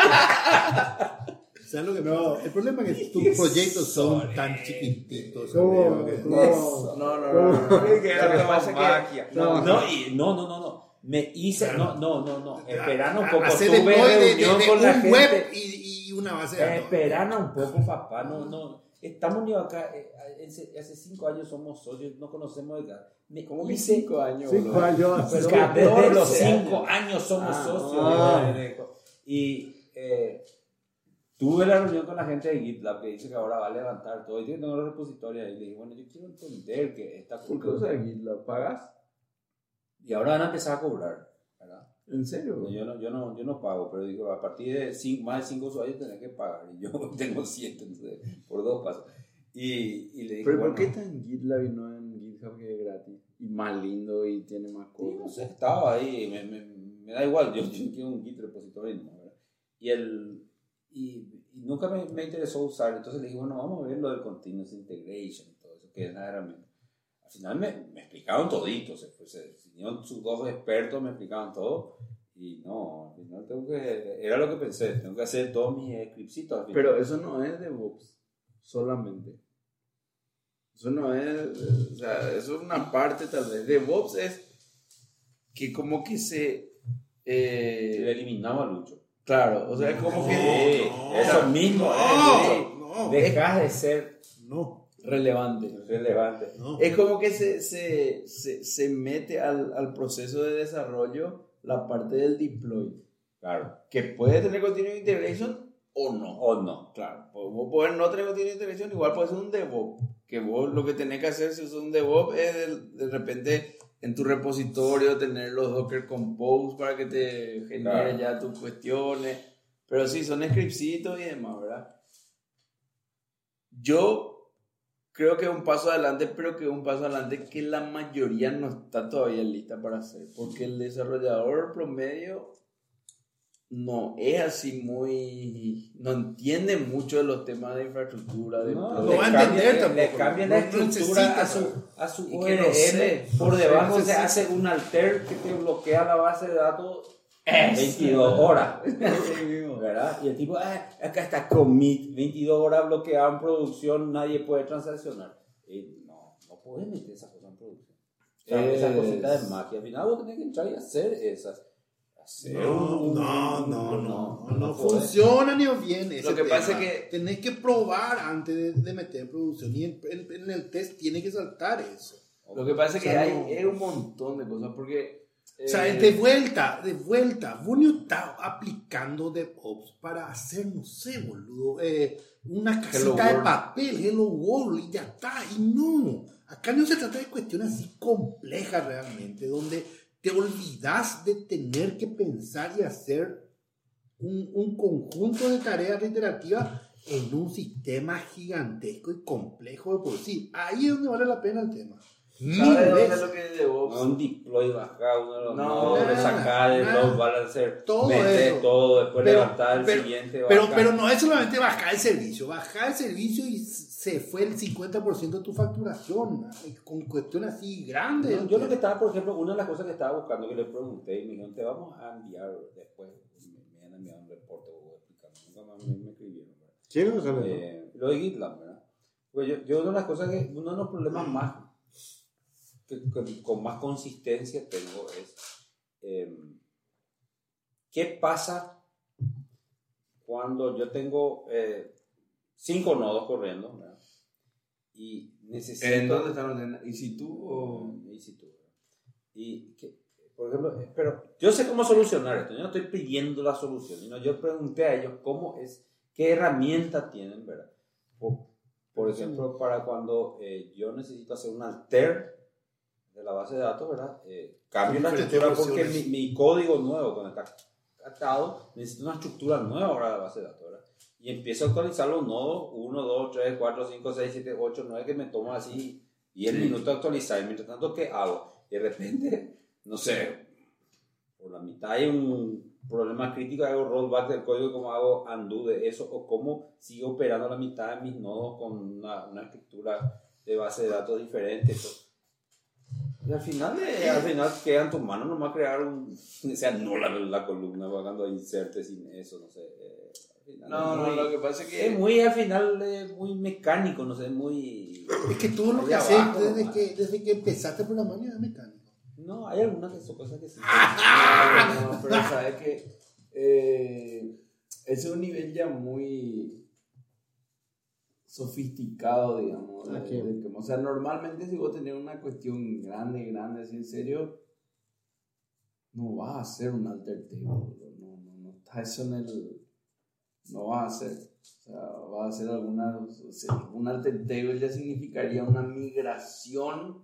¿Sabes lo que pasa? El problema es que tus proyectos son tan chiquititos. ¿Cómo? ¿sabes? ¿Cómo? No, no, no. no, no. Lo que pasa es que- magia. No, no, y- no, no, no, no. Me hice, no, no, no, no. Esperando un poco, Hacer tuve deploy de, de, reunión de con la un gente. web y, y una base de datos. Esperando un poco, papá. No, no. Estamos ni acá. eh, hace, hace cinco años somos socios, no conocemos de acá. Me ¿Cómo que hice- cinco años? Cinco boludo? años. Pero catorce desde los años. cinco años somos Ah, socios. ah. de- de- y eh, tuve la reunión con la gente de GitLab que dice que ahora va a levantar todo. Y tiene los repositorios ahí. Y le dije, bueno, yo quiero entender que esta ¿Por qué usas GitLab? ¿Pagas? Y ahora van a empezar a cobrar, ¿verdad? ¿En serio? Yo no, yo no, yo no pago, pero digo, a partir de cinco, más de cinco usuarios tenés que pagar. Y yo tengo siete, entonces, por dos pasos. Y, y le dije, ¿Pero bueno, por qué está en GitLab y no en GitHub que es gratis? Y más lindo y tiene más y no cosas. sé, estaba ahí, me, me, me da igual, yo, yo quiero un Git repository, ¿no? ¿verdad? Y, el, y, y nunca me, me interesó usar, entonces le dije, bueno, vamos a ver lo del Continuous Integration y todo eso, que es la herramienta. Al final me, me explicaron todito, se, pues, se vinieron sus dos expertos, me explicaban todo, y no, al final tengo que, era lo que pensé, tengo que hacer todos mis scriptsitos al final. Pero eso no es DevOps solamente. Eso no es, o sea, eso es una parte tal vez. DevOps es que como que se... le Eh, eliminaba a Lucho. claro, o sea, es como que... Sí, no, eso mismo, no, eh, no. dejas de ser No, relevante. relevante. no. Es como que se, se, se, se mete al, al proceso de desarrollo la parte del deploy. Claro. Que puede tener continuous integration o no. O no. Claro, pues vos podés no tener continuous integration, igual puede ser un DevOps. Que vos lo que tenés que hacer si usas un DevOps es de, de repente en tu repositorio tener los Docker Compose para que te genere Claro. ya tus cuestiones. Pero sí, son scriptsitos y demás, ¿verdad? Yo creo que es un paso adelante, pero que es un paso adelante que la mayoría no está todavía lista para hacer. Porque el desarrollador promedio no es así muy... no entiende mucho de los temas de infraestructura, de No, lo le va a cambia- entender le- tampoco. Le cambia la No- no estructura necesita, a su, a su Y U que R no L. sé, Por no sé, debajo se necesita. hace un alter que te bloquea la base de datos veintidós horas. ¿Verdad? Y el tipo, ah, acá está commit, veintidós horas bloqueado en producción, nadie puede transaccionar. Y no, no podés meter esas cosas en producción. O sea, Es- esas cositas de magia. Al final vos tenés que entrar y hacer esas. Hacer No, un- no, un- no, no, no, no podés. funciona ni bien ese Lo que tema. pasa es que- tenés que probar antes de, de meter en producción y en, en- en el test tiene que saltar eso. Lo que pasa es que O sea, hay, no- hay un montón de cosas porque... O sea, eh, de vuelta, de vuelta, vos no estás aplicando DevOps para hacer, no sé, boludo, eh, una Hello casita de World. papel, Hello World, y ya está. Y no, acá no se trata de cuestiones así complejas realmente, donde te olvidas de tener que pensar y hacer un, un conjunto de tareas iterativas en un sistema gigantesco y complejo de por sí. Ahí es donde vale la pena el tema. Mil ¿Sabes dónde es veces. lo que es DevOps? Un deploy, bajar uno de los No, nodos, nada, sacar el nada. load balancer, Todo meter eso. todo, después Pero- levantar el pero- siguiente. Pero, bajar. pero no es solamente bajar el servicio, bajar el servicio y se fue el cincuenta por ciento de tu facturación, ¿no? Y con cuestiones así grandes. No, yo lo que estaba, por ejemplo, una de las cosas que estaba buscando, que le pregunté y me dijeron, te vamos a enviar después, me, me han enviado un reporte o explicando, nunca más me, me escribieron. ¿verdad? ¿Quién lo sabe? Eh, lo de GitLab, ¿verdad? Pues yo, yo una de las cosas que, uno de los problemas más, que, que con más consistencia tengo es, eh, ¿qué pasa cuando yo tengo eh, cinco nodos corriendo, ¿verdad? Y necesito... ¿En dónde están los de- ¿Y si tú o...? Y si tú, ¿verdad? Y que, por ejemplo, eh, pero yo sé cómo solucionar esto, yo no estoy pidiendo la solución, sino yo pregunté a ellos cómo es, qué herramienta tienen, ¿verdad? Por, por ejemplo, para cuando eh, yo necesito hacer un alter de la base de datos, ¿verdad? Eh, cambio la Diferentes estructura porque mi, versiones. mi código nuevo, cuando está atado, necesito una estructura nueva ahora de la base de datos, ¿verdad? Y empiezo a actualizar los nodos uno, dos, tres, cuatro, cinco, seis, siete, ocho, nueve que me toma así diez minutos de actualizar. Y mientras tanto, ¿qué hago? Y de repente, no sé, por la mitad hay un problema crítico, hago rollback del código, cómo hago undo de eso, o cómo sigo operando la mitad de mis nodos con una, una estructura de base de datos diferente. Eso. Y al final, eh, al final queda en tus manos nomás crear un, o sea, no la, la columna, cuando inserte sin eso, no sé. Eh, al final No, es no, muy- lo que pasa es que... es muy, al final, es muy mecánico, no sé, muy... Es que tú lo que Allá haces abajo, desde nomás. que, desde que empezaste a programar ya es mecánico. No, hay algunas que son cosas que sí. No, no, pero sabes que eh, ese es un nivel ya muy sofisticado, digamos. de- ¿A qué? de que- o sea, normalmente si vos tenés una cuestión grande, grande, así en serio, no vas a hacer un alter table. No, no, no está eso en el... No vas a hacer. O sea, vas a hacer alguna... o sea, un alter table ya significaría una migración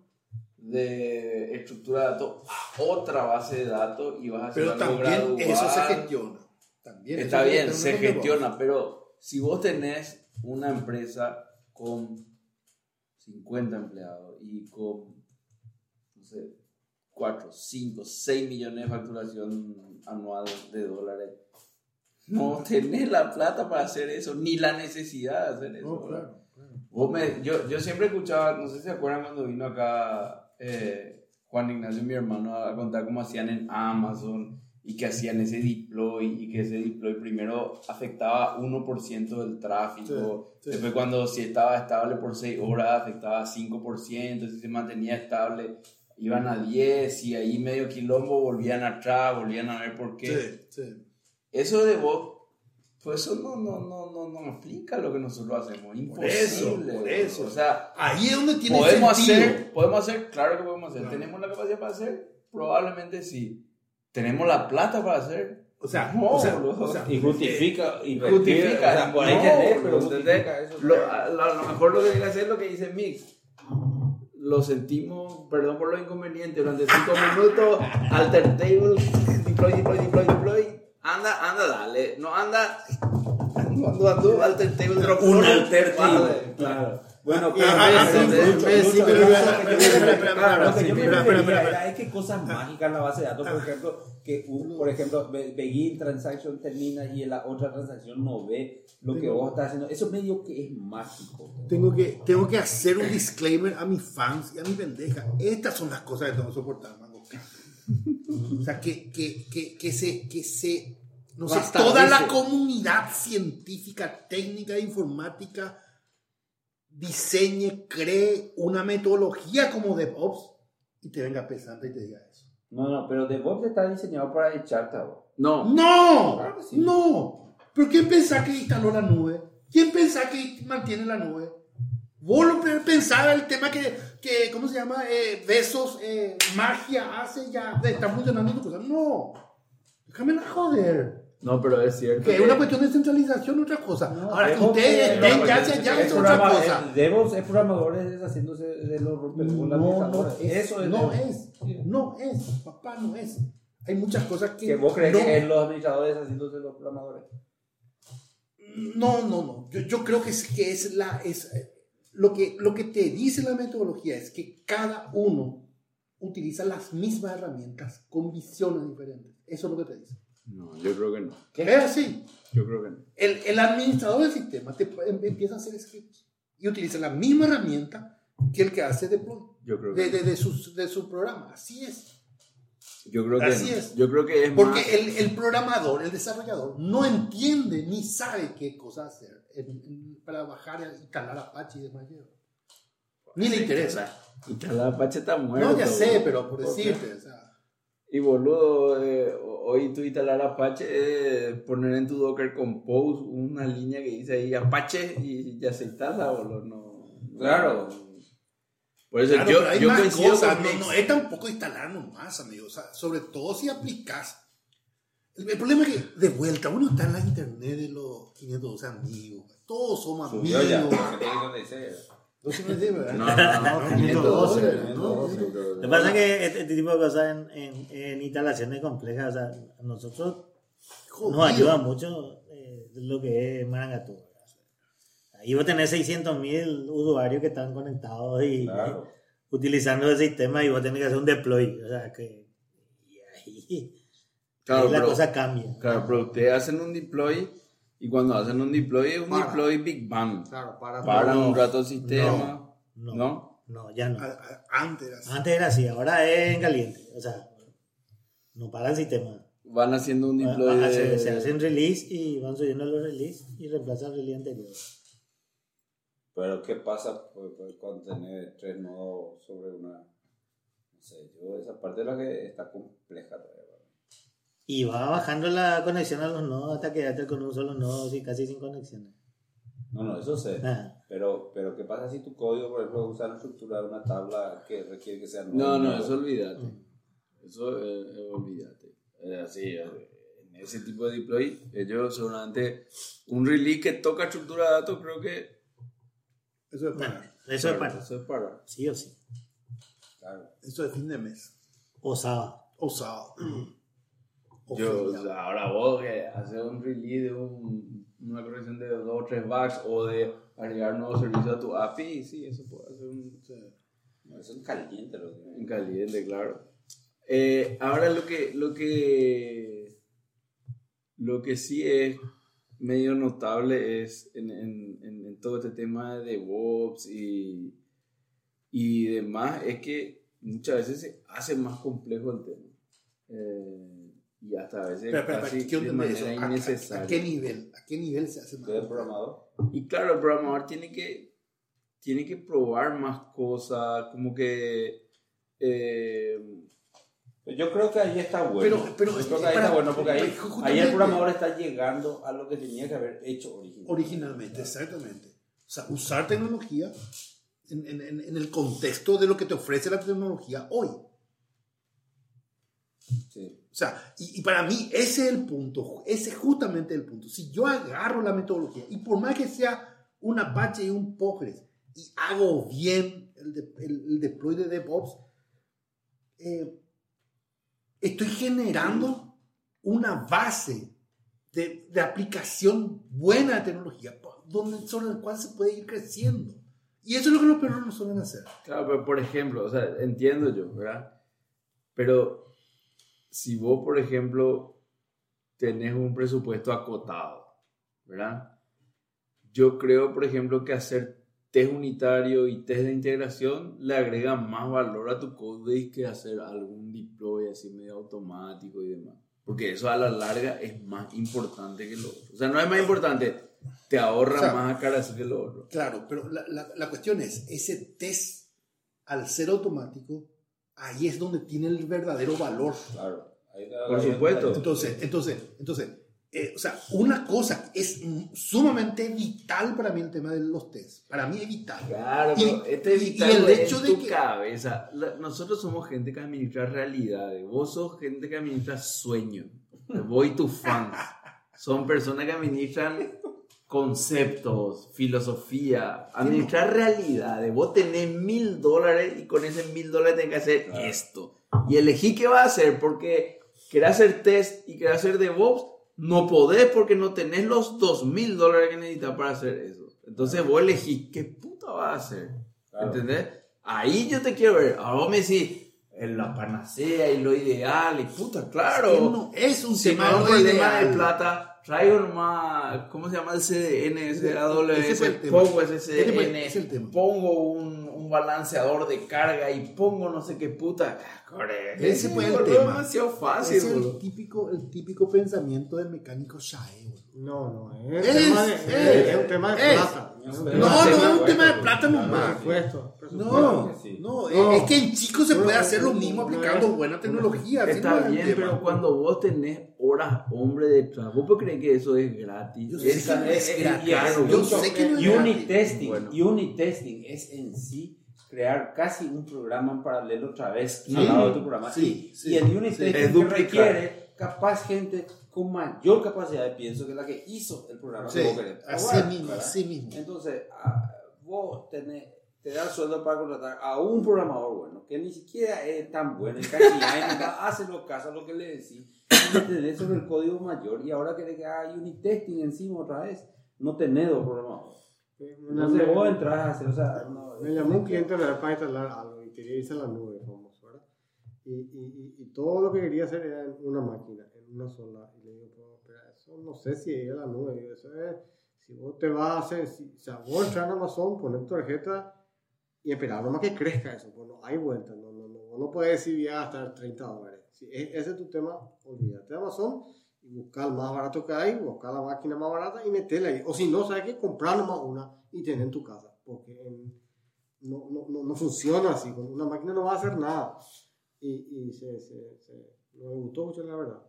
de estructura de datos a otra base de datos y vas a hacer Pero algo también gradual. eso se gestiona. También Está eso bien, se se gestiona. gestiona, pero si vos tenés una empresa con cincuenta empleados y con, no sé, cuatro, cinco, seis millones de facturación anual de dólares, no tenés la plata para hacer eso, ni la necesidad de hacer eso. No, ¿verdad? claro, claro. Vos me- yo, yo siempre escuchaba, no sé si se acuerdan cuando vino acá eh, Juan Ignacio, mi hermano, a contar cómo hacían en Amazon y que hacían ese deploy y que ese deploy primero afectaba uno por ciento del tráfico, Sí, sí. después cuando si estaba estable por seis horas afectaba cinco por ciento, si se mantenía estable iban a diez y ahí medio quilombo volvían atrás, volvían a ver por qué. Sí, sí. Eso de vos, pues eso no, no, no, no, no explica lo que nosotros hacemos. Imposible. eso, por eso. O sea, Ahí es donde tiene podemos sentido. hacer, podemos hacer, claro que podemos hacer. Claro. ¿Tenemos la capacidad para hacer? Probablemente sí. ¿Tenemos la plata para hacer? O sea, No, o sea, boludo. o sea, Y justifica, y Justifica, o sea, por ahí no, tenés, pero ¿entendés? justifica eso. Lo, a, lo- a lo mejor lo que tiene que hacer es lo que dice Mix. Lo sentimos, perdón por lo inconveniente, durante cinco minutos, alter table, deploy, deploy, deploy, deploy. Anda, anda, dale. No anda. Cuando ando, alter table, drop. Un drop, alter table. vale, Claro. Bueno, Y pero en vez de ah, cinco, entonces, en vez de cinco, Lucho, en vez de- Lucho, espera, espera, espera, claro, espera, lo que yo me espera, espera, refería espera. era, es que cosas mágicas en la base de datos, por ejemplo, que un, por ejemplo, be- begin transaction termina y en la otra transacción no ve lo que Tengo- vos estás haciendo. Eso medio que es mágico. Tengo que, tengo que hacer un disclaimer a mis fans y a mi pendeja. Estas son las cosas que tengo que soportar, mango. O sea, que, que, que, que se, que se, no sé, Bastardice. toda la comunidad científica, técnica e informática diseñe, cree una metodología como DevOps y te venga pesante y te diga eso. No, no, pero DevOps está diseñado para echarte a vos. No. ¡No! Claro que sí. ¡No! ¿Pero quién pensaba que instaló la nube? ¿Quién pensaba que mantiene la nube? Vos lo pensaba el tema que, que ¿cómo se llama? Eh, besos, eh, magia hace ya, está funcionando tu cosa. No, déjame la joder. No, pero es cierto. Que es una cuestión de centralización, otra cosa. No, Ahora que DevOps ustedes es- estén no, ya es- hacia allá es es otra programa- cosa. es- DevOps es programadores deshaciéndose de los rompebolas No, no administradores. es, Eso es no DevOps. es, no es, papá, no es. Hay muchas cosas que... ¿Que vos crees no, que es los administradores deshaciéndose de los programadores? No, no, no. Yo, yo creo que es, que es la... Es, eh, lo, que, lo que te dice la metodología es que cada uno utiliza las mismas herramientas con visiones diferentes. Eso es lo que te dice. No, yo creo que no. Es así. Yo creo que no. El, el administrador del sistema te, em- empieza a hacer scripts y utiliza la misma herramienta que el que hace deploy Yo creo que de, no. de, de, su, de su programa. Así es. Yo creo que Así no. es. Yo creo que es Porque más... el, el programador, el desarrollador, no entiende ni sabe qué cosa hacer en- en- para bajar e instalar Apache y demás. Ni le interesa. Instalar Apache está muerto. No, ya sé, boludo. pero por ¿Por qué? decirte. O sea, Y boludo, eh, hoy tú instalar Apache, eh, poner en tu Docker Compose una línea que dice ahí Apache y ya se instala, boludo. No, Claro. Por eso claro, yo, pero hay yo más coincido cosas. con No, Mex. no es tampoco instalar nomás, amigo. O sea, sobre todo si aplicas. El, el problema es que, de vuelta, uno está en la internet de los quinientos doce amigos. Todos somos Subió amigos. ya. ¿Qué te dice? No se me dice, ¿verdad? No, no, no, quinientos doce, quinientos doce. ¿no? Lo que pasa es que este, este tipo de cosas en, en, en instalaciones complejas, o sea, a nosotros Jodido. nos ayuda mucho eh, lo que es Marangatú. Ahí vos tenés seiscientos mil usuarios que están conectados y Claro. utilizando el sistema y vos tenés que hacer un deploy. O sea, que y ahí, Claro, ahí la pero- cosa cambia. Claro, pero ustedes hacen un deploy y cuando hacen un deploy es un Para. deploy Big Bang. Claro, para Paran No, un rato el sistema. No, ¿No? no, ya no. A- a- Antes era así. Antes era así, ahora es en caliente. O sea, no para el sistema. Van haciendo un deploy Ah, de... se, se hacen release y van subiendo los release y reemplazan el release anterior. Pero ¿qué pasa pues, pues, cuando tenés tres nodos sobre una... No sé, yo esa parte es la que está compleja todavía. Y va bajando la conexión a los nodos hasta quedarte con un solo nodo y casi sin conexiones. No, no, eso sé. Ah, Pero, pero ¿qué pasa si tu código, por ejemplo, usa la estructura de una tabla que requiere que sea No, no, nodo? eso olvídate. Mm. Eso eh, eh, olvídate. Eh, así, eh, en ese tipo de deploy, ellos seguramente un release que toca estructura de datos, creo que... Eso es nah, para. eso es claro, para. Eso es para. Sí o sí. Claro. Eso es fin de mes. O sábado. O sábado. O Yo, o feriado. sea, ahora vos que haces un release de un, una corrección de dos o tres bugs o de agregar nuevos servicios a tu A P I, sí, eso puede hacer un... No, eso es caliente lo que... En caliente, claro. Eh, ahora lo que, lo que lo que sí es medio notable es en, en, en, en todo este tema de DevOps y, y demás, es que muchas veces se hace más complejo el tema. Eh, y hasta a veces Pero, pero, casi pero, ¿qué de onda de eso? manera ¿A, a, innecesaria. a qué nivel? ¿A qué nivel se hace más? ¿Tú eres programador? Y claro, el programador tiene que, tiene que probar más cosas, como que... eh, Yo creo que ahí está bueno. Pero- pero, yo creo que ahí para- está bueno porque ahí, pero justamente- ahí el programador está llegando a lo que tenía que haber hecho originalmente. Originalmente, exactamente. O sea, usar tecnología en, en, en, en el contexto de lo que te ofrece la tecnología hoy. Sí. O sea, y, y para mí ese es el punto, ese es justamente el punto. Si yo agarro la metodología y por más que sea un Apache y un Postgres y hago bien el, de- el, el deploy de DevOps, eh, estoy generando una base de, de aplicación buena de tecnología donde, sobre el cual se puede ir creciendo. Y eso es lo que los perros no suelen hacer. Claro, pero por ejemplo, o sea, entiendo yo, ¿verdad? Pero si vos, por ejemplo, tenés un presupuesto acotado, ¿verdad? Yo creo, por ejemplo, que hacer test unitario y test de integración le agrega más valor a tu codebase que hacer algún deploy así medio automático y demás. Porque eso a la larga es más importante que lo otro. O sea, no es más importante te ahorra O sea, más caras que lo otro. Claro, pero la, la, la cuestión es, ese test, al ser automático, ahí es donde tiene el verdadero valor. Claro. Ahí, Por ahí, supuesto. ahí, Entonces, entonces, entonces, eh, o sea, una cosa es sumamente vital para mí el tema de los test. Para mí es vital. Claro, Y- pero este y- vital y el es hecho de tu que- cabeza. La- nosotros somos gente que administra realidades. Vos sos gente que administra sueños. Vos y tus fans son personas que administran conceptos, filosofía, administrar realidades. Vos tenés mil dólares y con ese mil dólares tenés que hacer Claro. esto. Y elegí qué va a hacer porque querés hacer test y querés hacer DevOps. No podés porque no tenés los dos mil dólares que necesitas para hacer eso. Entonces vos elegís qué puta vas a hacer. Claro. ¿Entendés? Ahí yo te quiero ver. Ahora vos me decís en la panacea y lo ideal y puta, claro. Es que no es un Si tema me da un de problema ideal. de plata, traigo nomás, ¿cómo se llama el C D N, ese A W Ese fue S? el tema. Pongo ese C Ese D fue- N, ese es el tema. pongo un, un balanceador de carga y pongo no sé qué puta. Core, Ese fue el boludo, tema. Es demasiado fácil, Es el boludo. típico, el típico pensamiento del mecánico Shae, boludo. No, no, es, Es, tema de, es, es un tema de es. plata. Es un No, tema No, de no plata. es un tema de plata Claro, nomás. presupuesto, presupuesto. No, Sí. no, No. es que en chicos se No, puede no, hacer lo no, mismo no, aplicando no. buena tecnología. así Está no es el bien, tema. pero cuando vos tenés horas hombre detrás, ¿vos por crees que eso es gratis? Yo sé Es- que no es es- gratis. y es- Yo sé que no es Unit gratis. testing, Bueno. unit testing es en sí crear casi un programa en paralelo otra vez Sí. al lado de tu programa. Sí, y, sí, y el unit sí. testing Es que duplicar. requiere capaz gente con mayor capacidad de pienso que la que hizo el programa Sí, que vos querés así probar, mismo, ¿verdad? así mismo. Entonces, ah, vos tenés, te das sueldo para contratar a un programador bueno, que ni siquiera es tan bueno, en cantidad, y nada, hace lo caso a lo que le decís, y le tenés sobre el código mayor, y ahora querés que haga unit testing encima otra vez, no tenés dos programadores. Entonces vos entras a hacer, o sea, no, Me llamó un cliente una vez para instalar algo y quería irse a la nube, famoso, ¿verdad? Y, y, y, y todo lo que quería hacer era en una máquina, en una sola. Y le digo, pero, pero eso no sé si ir a la nube. Digo, eso es, si vos te vas a hacer, si, o sea, vos entrar en Amazon, poner tu tarjeta y esperar nomás que crezca eso. Pues no hay vuelta, no, no, no. Vos no puedes decir voy a gastar treinta dólares. Si es- ese es tu tema, olvídate de Amazon y buscar el más barato que hay, buscar la máquina más barata y meterla ahí. O si no, sabes que comprar nomás una y tener en tu casa. Porque en- no, no, no, no funciona así. Con una máquina no va a hacer nada. Y, y se, se, se, no me gustó mucho, la verdad.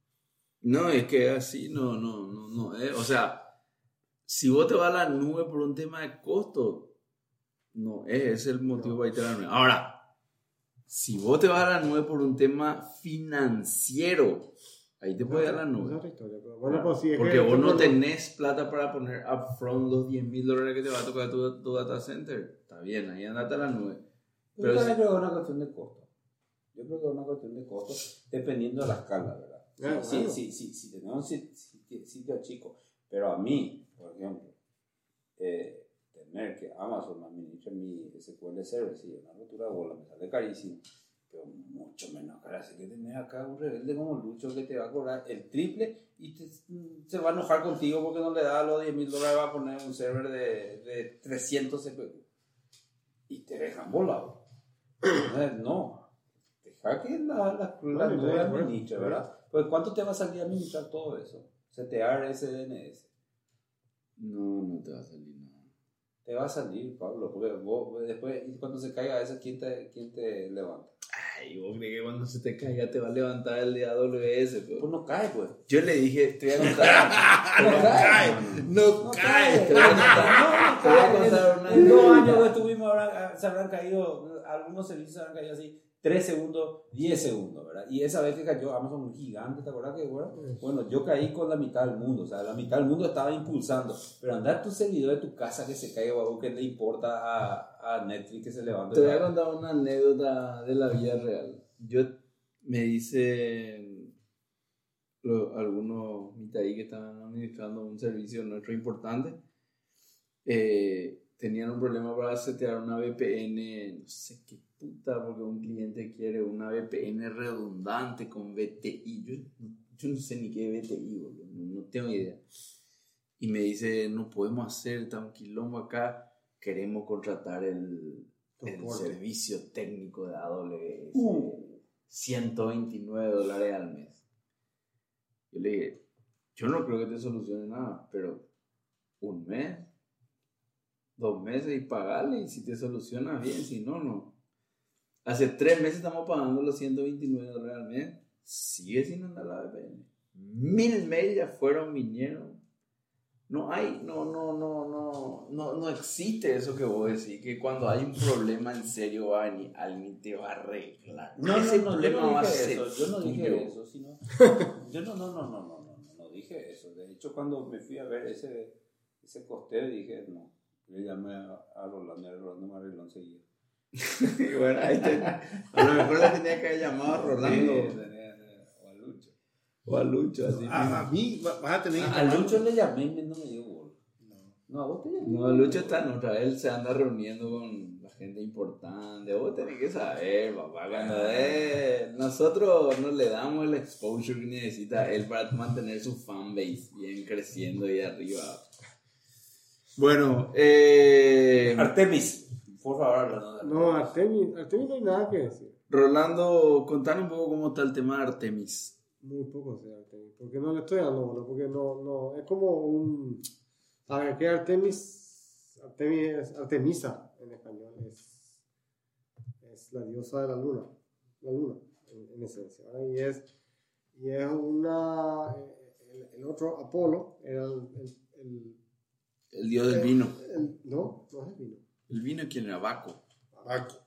No, es que así no, no, no, no. eh. O sea, si vos te vas a la nube por un tema de costo, no, ese es el motivo No. para irte a la nube. Ahora, si vos te vas a la nube por un tema financiero, ahí te puedes ir a la Es nube. otra historia. Pero bueno, pues sí, es Porque que vos no no- tenés plata para poner upfront los diez mil dólares que te va a tocar tu, tu data center. Está bien, ahí andate a la nube. Yo Pero también si- creo que es una cuestión de costo. Yo creo que es una cuestión de costo dependiendo de la escala, ¿verdad? Ah, Sí, bueno. sí, sí, sí, tenemos un sit- sit- sitio chico, pero a mí, por ejemplo, eh, tener que Amazon administre mi S Q L Server, sí, una rotura de bola, me sale carísimo, pero mucho menos caro. Así que tenés acá un rebelde como Lucho que te va a cobrar el triple y te- se va a enojar contigo porque no le da los diez mil dólares, va a poner un server de, de trescientos C P U y te dejan volado. Entonces, no. Deja que la, la, la Bueno, nube ya, bueno. administre, ¿verdad? Pues ¿cuánto te va a salir a administrar todo eso? Setear S D N S. No, no te va a salir nada. Te va a salir, Pablo, porque vos después, y cuando se caiga eso, ¿quién te, quién te levanta? Ay, vos crees que cuando se te caiga te va a levantar el de A W S. Pero... Pues no cae, pues. Yo le dije, te voy a contar. No cae. No No cae. cae. Te voy a contar, te voy a contar una En dos años que estuvimos, habrá- se habrán caído, algunos servicios se habrán caído así, tres segundos, diez segundos, ¿verdad? Y esa vez que cayó Amazon un gigante, ¿te acuerdas que bueno? Bueno, yo caí con la mitad del mundo, o sea, la mitad del mundo estaba impulsando, pero andar tu servidor de tu casa que se caiga, o ¿qué le importa a, a Netflix que se levante? Te voy a contar una anécdota de la vida real. Yo me dicen lo- algunos mitaí que estaban administrando un servicio nuestro importante, eh, tenían un problema para setear una V P N, no sé qué puta, porque un cliente quiere una V P N redundante con V T I. Yo, yo no sé ni qué es V T I, boludo, no, no tengo idea. Y me dice, no podemos hacer tan quilombo acá, queremos contratar el, el Soporte. servicio técnico de A W S, Uh. ciento veintinueve dólares al mes. Yo le dije, yo no creo que te solucione nada, pero un mes, dos meses y pagarle, y si te solucionas bien, si no, no. Hace tres meses estamos pagando los ciento veintinueve realmente, sigue sin andar la V P N. Mil mails ya fueron, vinieron. No hay, no, no, no, no, no, no existe eso que vos decís, que cuando hay un problema en serio va a venir alguien te va a arreglar. No, Ese no, no, problema yo no va a dije ser eso, yo no dije tuyo. eso, sino, yo no, no, no, no, no, no, no, no dije eso. De hecho, cuando me fui a ver ese, ese costeo, dije, no, yo llamé a, a Rolando, y a Rolando me arregló enseguida. Y bueno, ahí te, a lo mejor le tenía que haber llamado a Rolando. Sí, tenía- o a Lucho. O a Lucho, así. A, a mí va- vas a tener que A, a Lucho le llamé y no me dio gol. No. No, a vos te llamé. No, Lucho está en otra. Él se anda reuniendo con la gente importante. Vos tenés que saber, papá. Cuando eh, nosotros no le damos el exposure que necesita él para mantener su fanbase bien creciendo ahí arriba. Bueno, eh, Artemis, por favor, hablando de No, Artemis, Artemis no hay nada que decir. Rolando, contanos un poco cómo está el tema de Artemis. Muy poco sé de Artemis. Porque no le estoy dando bola. Porque no, no. Es como un. A ver, ¿qué Artemis? Artemis es Artemisa en español. Es, es la diosa de la luna. La luna, en, en esencia. ¿Verdad? Y es. Y es una. El, el otro, Apolo, era el. el, el El dios del vino. el- no, no es el vino. El vino, ¿quién era? Baco. Baco.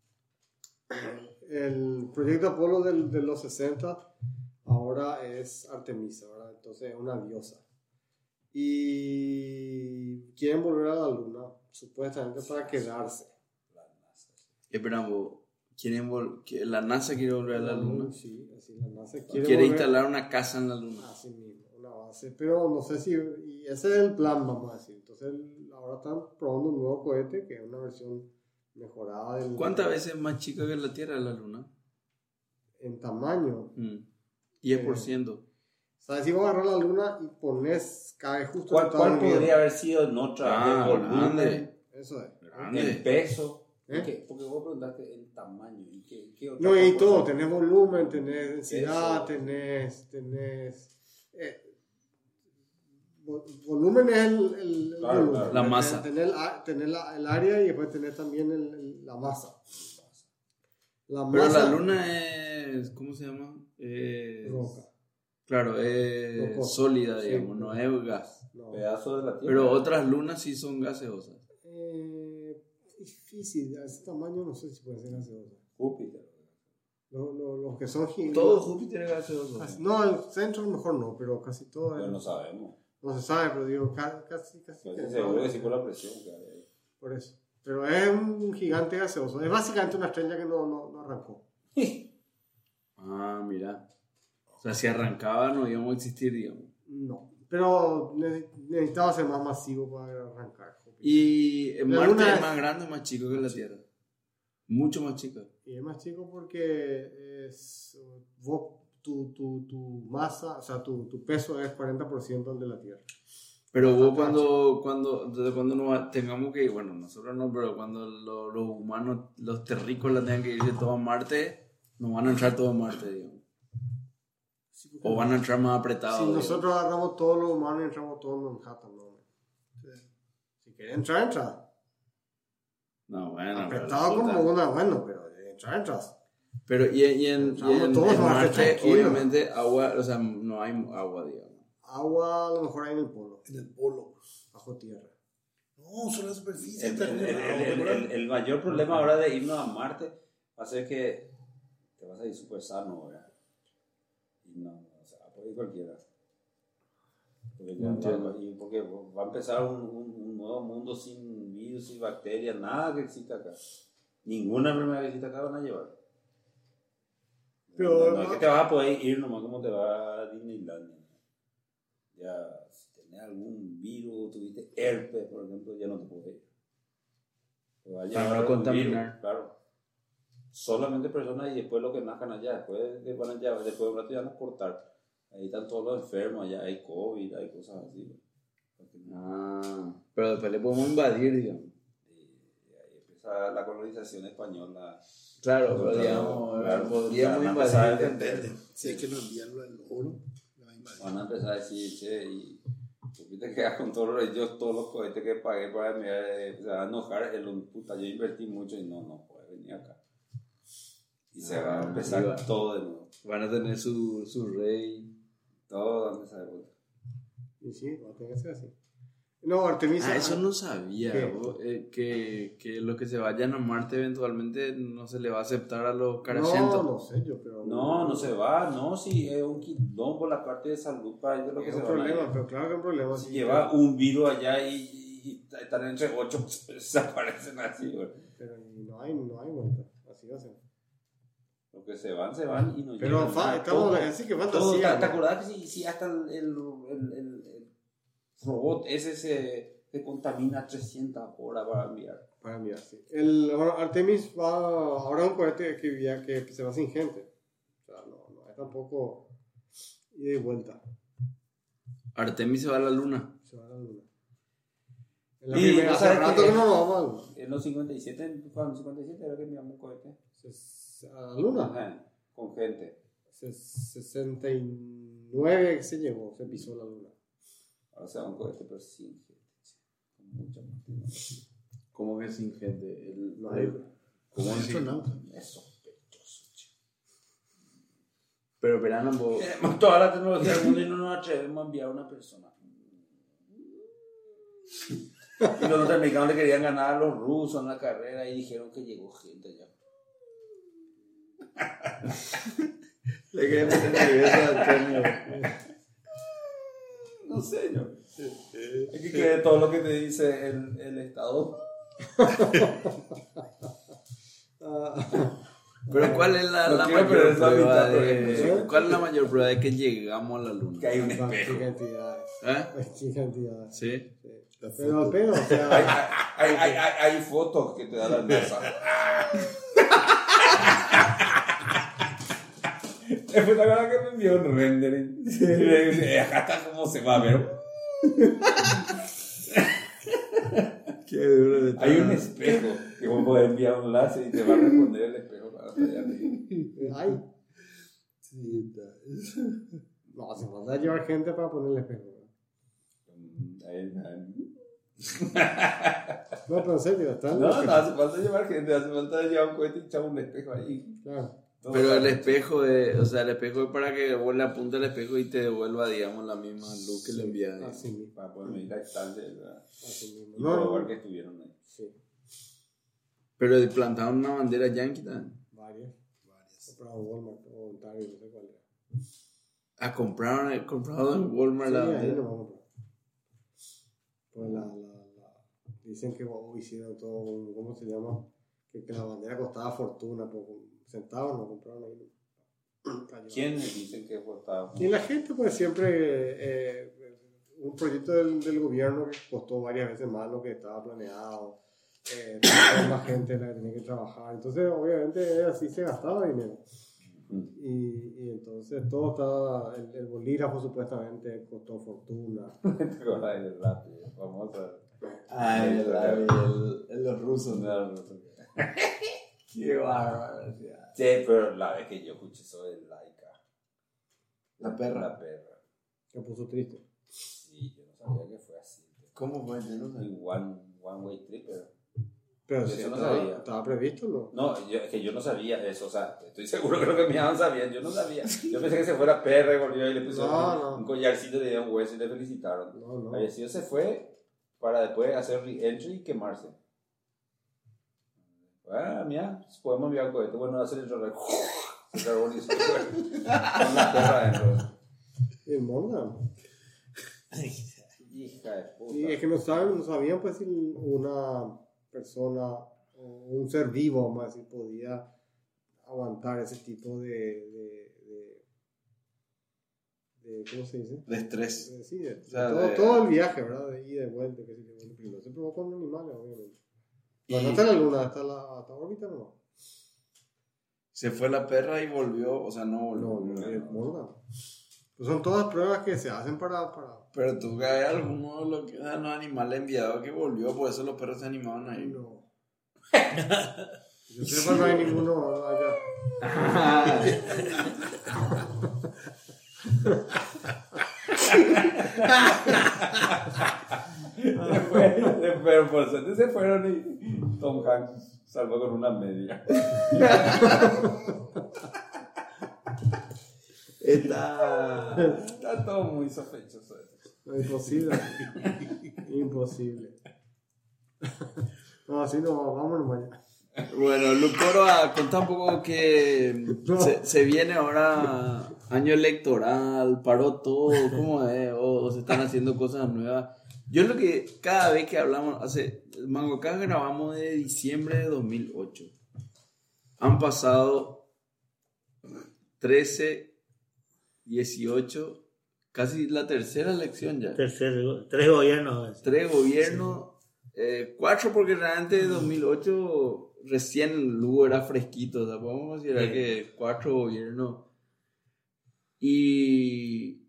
El proyecto Apolo del, de los sesenta ahora es Artemisa, ¿verdad? Entonces es una diosa. Y quieren volver a la luna, supuestamente para quedarse. Espera, vos, ¿quieren vol- que la NASA quiere volver a la luna? Sí, así la NASA Quiere, quiere, volver- instalar una casa en la luna. Así mismo, una base. Pero no sé si. Y ese es el plan, vamos a decir. Entonces el- ahora están probando un nuevo cohete que es una versión mejorada del. ¿Cuántas veces más chica que la Tierra la luna? En tamaño. Mm. diez por ciento. O sea, si vos agarras la luna y pones, cae justo ¿Cuál, en Estados cuál Unidos. podría haber sido en otra? Ah, de volumen, grande. Eso es. Grande. en peso. ¿Eh? ¿Qué? Porque vos preguntaste el tamaño. ¿Y qué, qué otra No, y cosa? todo, tenés volumen, tenés densidad, Eso. tenés, tenés, eh, vo- volumen es el, el- el Claro, volumen. claro. La Tenés- masa. Tenés, la- tenés la- el área y después tenés también el- el- la masa. La Pero masa. la luna es, ¿cómo se llama? Es, Roca. Claro, es Rocosa. sólida, Sí. digamos, no es gas. No. Pedazo de la Tierra. Pero otras lunas sí son gaseosas. Eh, difícil, a ese tamaño no sé si puede ser gaseosa. Júpiter. Lo- lo- Los que son gigantes. Todo Júpiter es gaseoso. No, el centro a lo mejor no, pero casi todo. Pero es- no sabemos. No se sabe, pero digo, ca- casi, casi. Yo que estoy seguro no. que sí por la presión que hay ahí. Por eso. Pero es un gigante gaseoso. Es básicamente una estrella que no, no, no arrancó. Ah, mira. O sea, si arrancaba no íbamos a existir, digamos. No. Pero ne- necesitaba ser más masivo para arrancar. Y en La Marte luna es es- más grande o más chico que la Tierra. Mucho más chico. Y es más chico porque es, vos, tu, tu, tu masa, o sea, tu, tu peso es cuarenta por ciento del de la Tierra. Pero vos cuando, cuando, desde cuando nos tengamos que ir, bueno, nosotros no, pero cuando lo- los humanos, los terrícolas tengan que irse todos a Marte, no van a entrar todos a Marte, digamos. O van a entrar más apretados. Si digamos. nosotros agarramos todos los humanos y entramos todos en Manhattan, ¿no? Si querés entrar, entra. No, bueno. Apretado pero, como una, bueno, pero entrar, entras. Pero y, y en, y Entramos en, todos en a Marte Marte, tranquilo. obviamente, agua, o sea, no hay agua, digamos. Agua a lo mejor hay en el polo, En el polo. bajo tierra. No, solo la superficie. El, está el- como el- la- el- el- el mayor problema ahora de irnos a Marte va a ser que te vas a ir súper sano, ¿verdad? Y no, o sea, puede ir cualquiera. Porque, ya Entiendo. va, y porque va a empezar un, un- un nuevo mundo sin virus y bacterias, nada que exista acá. Ninguna enfermedad que exista acá van a llevar. Pero- no, no es que te vas a poder ir nomás como te va a Disneylandia. Ya, si tenés algún virus, tuviste herpes, por ejemplo, ya no te puedes ir. Te va a Para llevar no algún contaminar. virus, claro. Solamente personas y después los que nazcan allá, después de, van a llevar, después de un rato ya van a cortar. Ahí están todos los enfermos, allá hay COVID, hay cosas así. Ah, pero después le podemos invadir, digamos. Y ahí empieza la colonización española. Claro, pero Claro, digamos, claro. podríamos Van a empezar a invadir. defender. Si es que lo envían lo del oro, le va a invadir. Van a empezar a decir, che, y Si te quedas con todos los, yo, todos los cohetes que pagué para enviar, eh, se va a enojar, el puta, yo invertí mucho y no, no puede venir acá. Y se va a empezar va. todo de nuevo. Van a tener su, su rey. Todo va a empezar de vuelta. Y sí, va a tener que ser así. No, Artemisa. Ah, eso no sabía, ¿Qué? vos, eh, que, que los que se vayan a Marte eventualmente no se le va a aceptar a los No, carayentos. no sé yo, pero. No, no se va, no, si es un quilombo la parte de salud para ellos lo que Es se un van a problema, ir. pero claro que es un problema. Si sí, lleva pero- un virus allá y, y, y están entre ocho, desaparecen así, güey. Pero y no hay, no hay vuelta. Así va a ser. Los que se van, se van y no Pero llegan fa- nada. estamos Todo, así que todo, fantasía. ¿te, ¿te ¿no? acordás que si, si hasta el, el, el, el- el robot ese se, se contamina trescientas horas para enviar? Para mirar, sí. El ahora Artemis va. Ahora es un cohete que, via- que se va sin gente. O sea, no, no es tampoco ida y vuelta. Artemis se va a la luna. Se va a la luna. En la Y, primera, ¿no hace sabes rato qué? que no nos vamos a la luna. En los cincuenta y siete, fue en los cincuenta y siete era que enviamos un cohete. Se- A la luna. Ajá, con gente. Se- sesenta y nueve que se llegó, se pisó la luna. Ahora se va un cohete, pero sin gente. Con mucha gente. ¿Cómo que sin gente? El, No hay. ¿Cómo así? Astronauta. Es sospechoso, chico. Pero verán ambos. Tenemos toda la tecnología del mundo y no nos atrevemos a enviar a una persona. Y los norteamericanos le querían ganar a los rusos en la carrera y dijeron que llegó gente ya. Le queremos meter nervioso a Antonio. No sé yo. Hay que creer todo lo que te dice el, el Estado. Ah, Pero ¿cuál es la, No la quiero mayor perder la prueba mitad, por de, ejemplo. ¿cuál es la mayor prueba de que llegamos a la luna? Que hay un Qué espejo. cantidades. ¿Eh? Qué cantidades. Sí. Pero, pero, o Hay, sea, hay, hay, hay, hay fotos que te da la NASA. Después la verdad que me envió un rendering. Y le dice, acá está cómo se va a ver. Qué duro de Hay un espejo que vos podés enviar un láser y te va a responder el espejo para hasta allá arriba. ay, Sí, está. no, hace falta llevar gente para ponerle espejo. Mm, ahí, ahí. No, pero en serio, está en No, el no hace falta llevar gente, hace falta llevar un cohete y echar un espejo ahí. Claro. Todo Pero el está- espejo es, o sea, el espejo es para que vos le apuntes al espejo y te devuelva, digamos, la misma luz que le envía. digamos. Así mismo. Para poder medir la distancia, ¿verdad? Así mismo. Y No, probar no, que estuvieron ahí. sí, Pero plantaron una bandera yankee también. varias. Comprado Walmart o Ontario, no sé cuál era. Ah, compraron, eh, compraron en Walmart Sí, la ahí bandera. lo vamos a comprar. Pues la, la, la, dicen que oh, hicieron todo, un- ¿cómo se llama? Que, que la bandera costaba fortuna, por centavos no compraron ahí. para llevar. ¿Quiénes dicen que votaba? Y la gente, pues siempre, eh, un proyecto del, del gobierno que costó varias veces más lo que estaba planeado, eh, más gente la que tenía que trabajar, entonces obviamente así se gastaba dinero. Y, y entonces todo estaba, el, el bolígrafo supuestamente costó fortuna. ¿Te acuerdas del lápiz? Famosa. Ay, el- el, el, los rusos. No, no, no. Qué bárbaro. Sí, pero la vez que yo escuché eso de Laika. La perra. La perra. Que puso triste. Sí, yo no sabía que fue así. ¿Cómo fue? Yo no sé. Y one, one way trip, pero... Pero Eso sí, no estaba, sabía. estaba previsto, ¿no? No, yo, es que yo no sabía eso, o sea, estoy seguro que lo que me iban sabían, yo no sabía. Yo pensé que se fuera perra y volvió y le pusieron No, un, no. un collarcito de un hueso y le felicitaron. No, no. Fallecido se fue para después hacer re-entry y quemarse. Ah, mira, podemos enviar un cohete. Bueno, hacer el rollo. Se cargó y se fue. Con la perra adentro. El Morgan. Hija de puta. Y es que no saben, no sabían pues si una persona o un ser vivo, vamos a decir, podía aguantar ese tipo de, de, de, de ¿cómo se dice? De estrés. De- sí, de- sea, todo, de- todo el viaje, ¿verdad? De ida y de vuelta, que se llevó el primero. Se probó con animales, obviamente. Y Pero no está en la luna, está en la, está en órbita, no. se fue la perra y volvió, o sea, no No, volvió. no, es Morgan. Pues son todas pruebas que se hacen para, para... Pero tú que hay alguno de los, que- de los animales enviados que volvió, por eso los perros se animaban ahí. No. Yo sepa, no hay ninguno allá. Pero por suerte se fueron y Tom Hanks salvó con una media. Está... Está todo muy sospechoso. Imposible. Imposible. No, así no, vámonos mañana. Bueno, Lucoro, contá un poco que se, se viene ahora año electoral, paró todo, ¿cómo es? O, o se están haciendo cosas nuevas. Yo lo que cada vez que hablamos, hace MangoCast grabamos de diciembre de dos mil ocho. Han pasado trece, dieciocho, casi la tercera elección ya. Tercer, tres gobiernos. Tres gobiernos, eh, cuatro porque realmente en dos mil ocho recién Lugo era fresquito, o sea, podemos considerar sí. que cuatro gobiernos. Y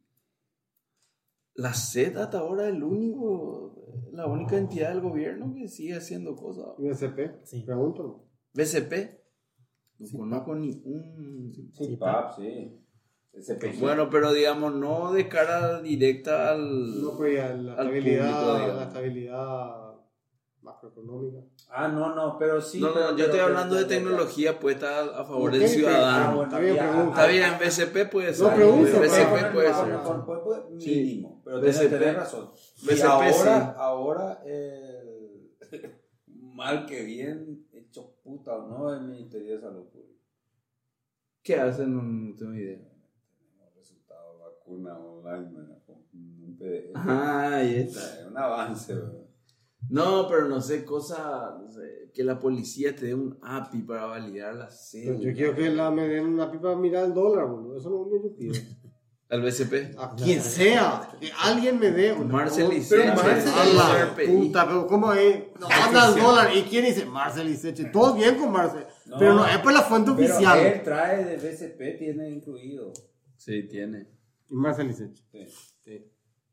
la C E T hasta ahora es el único, la única entidad del gobierno que sigue haciendo cosas. ¿B C P? Sí. Pregúntalo. ¿B C P? No sí, conozco ni un... Sí, sí, Pap, sí. S P. Bueno, pero digamos, no de cara directa al... No, pues ya, la, al estabilidad, público, la estabilidad macroeconómica. Ah, no, no, pero sí. No, no, pero, yo pero, estoy pero, hablando pero, de tecnología pero, puesta a favor okay, del ciudadano. Ah, bueno, está bien, ya, Está bien, B C P puede ser. No, pregunto, B C P pero- puede con- ser. con- con- con- mínimo, Sí. pero B C P. tenés, tenés razón. B Y C P ahora, sí. ahora el mal que bien hecho puta o no el Ministerio de Salud Pública. ¿Qué hacen? No, no tengo idea. Tenemos resultados de vacuna online, ¿verdad? Con un P D F. Ah, ahí está. Es un avance, ¿verdad? No, pero no sé, cosa, no sé, que la policía te dé un A P I para validar la Pero cédula. yo quiero que la, me den una pipa a mirar el dólar, boludo. Eso no es lo que yo pido. Al B C P. A quien sea, que alguien me dé una. Marcel Pero Liceche, Marcel, al a la R P I. puta, pero ¿cómo es? No, anda el dólar. ¿Y quién dice? Marcel Liceche. Todo bien con Marcel. No, pero no es por la fuente Pero oficial. él trae de B C P, tiene incluido. Sí, tiene. Y Marcel Liceche. Sí. Sí.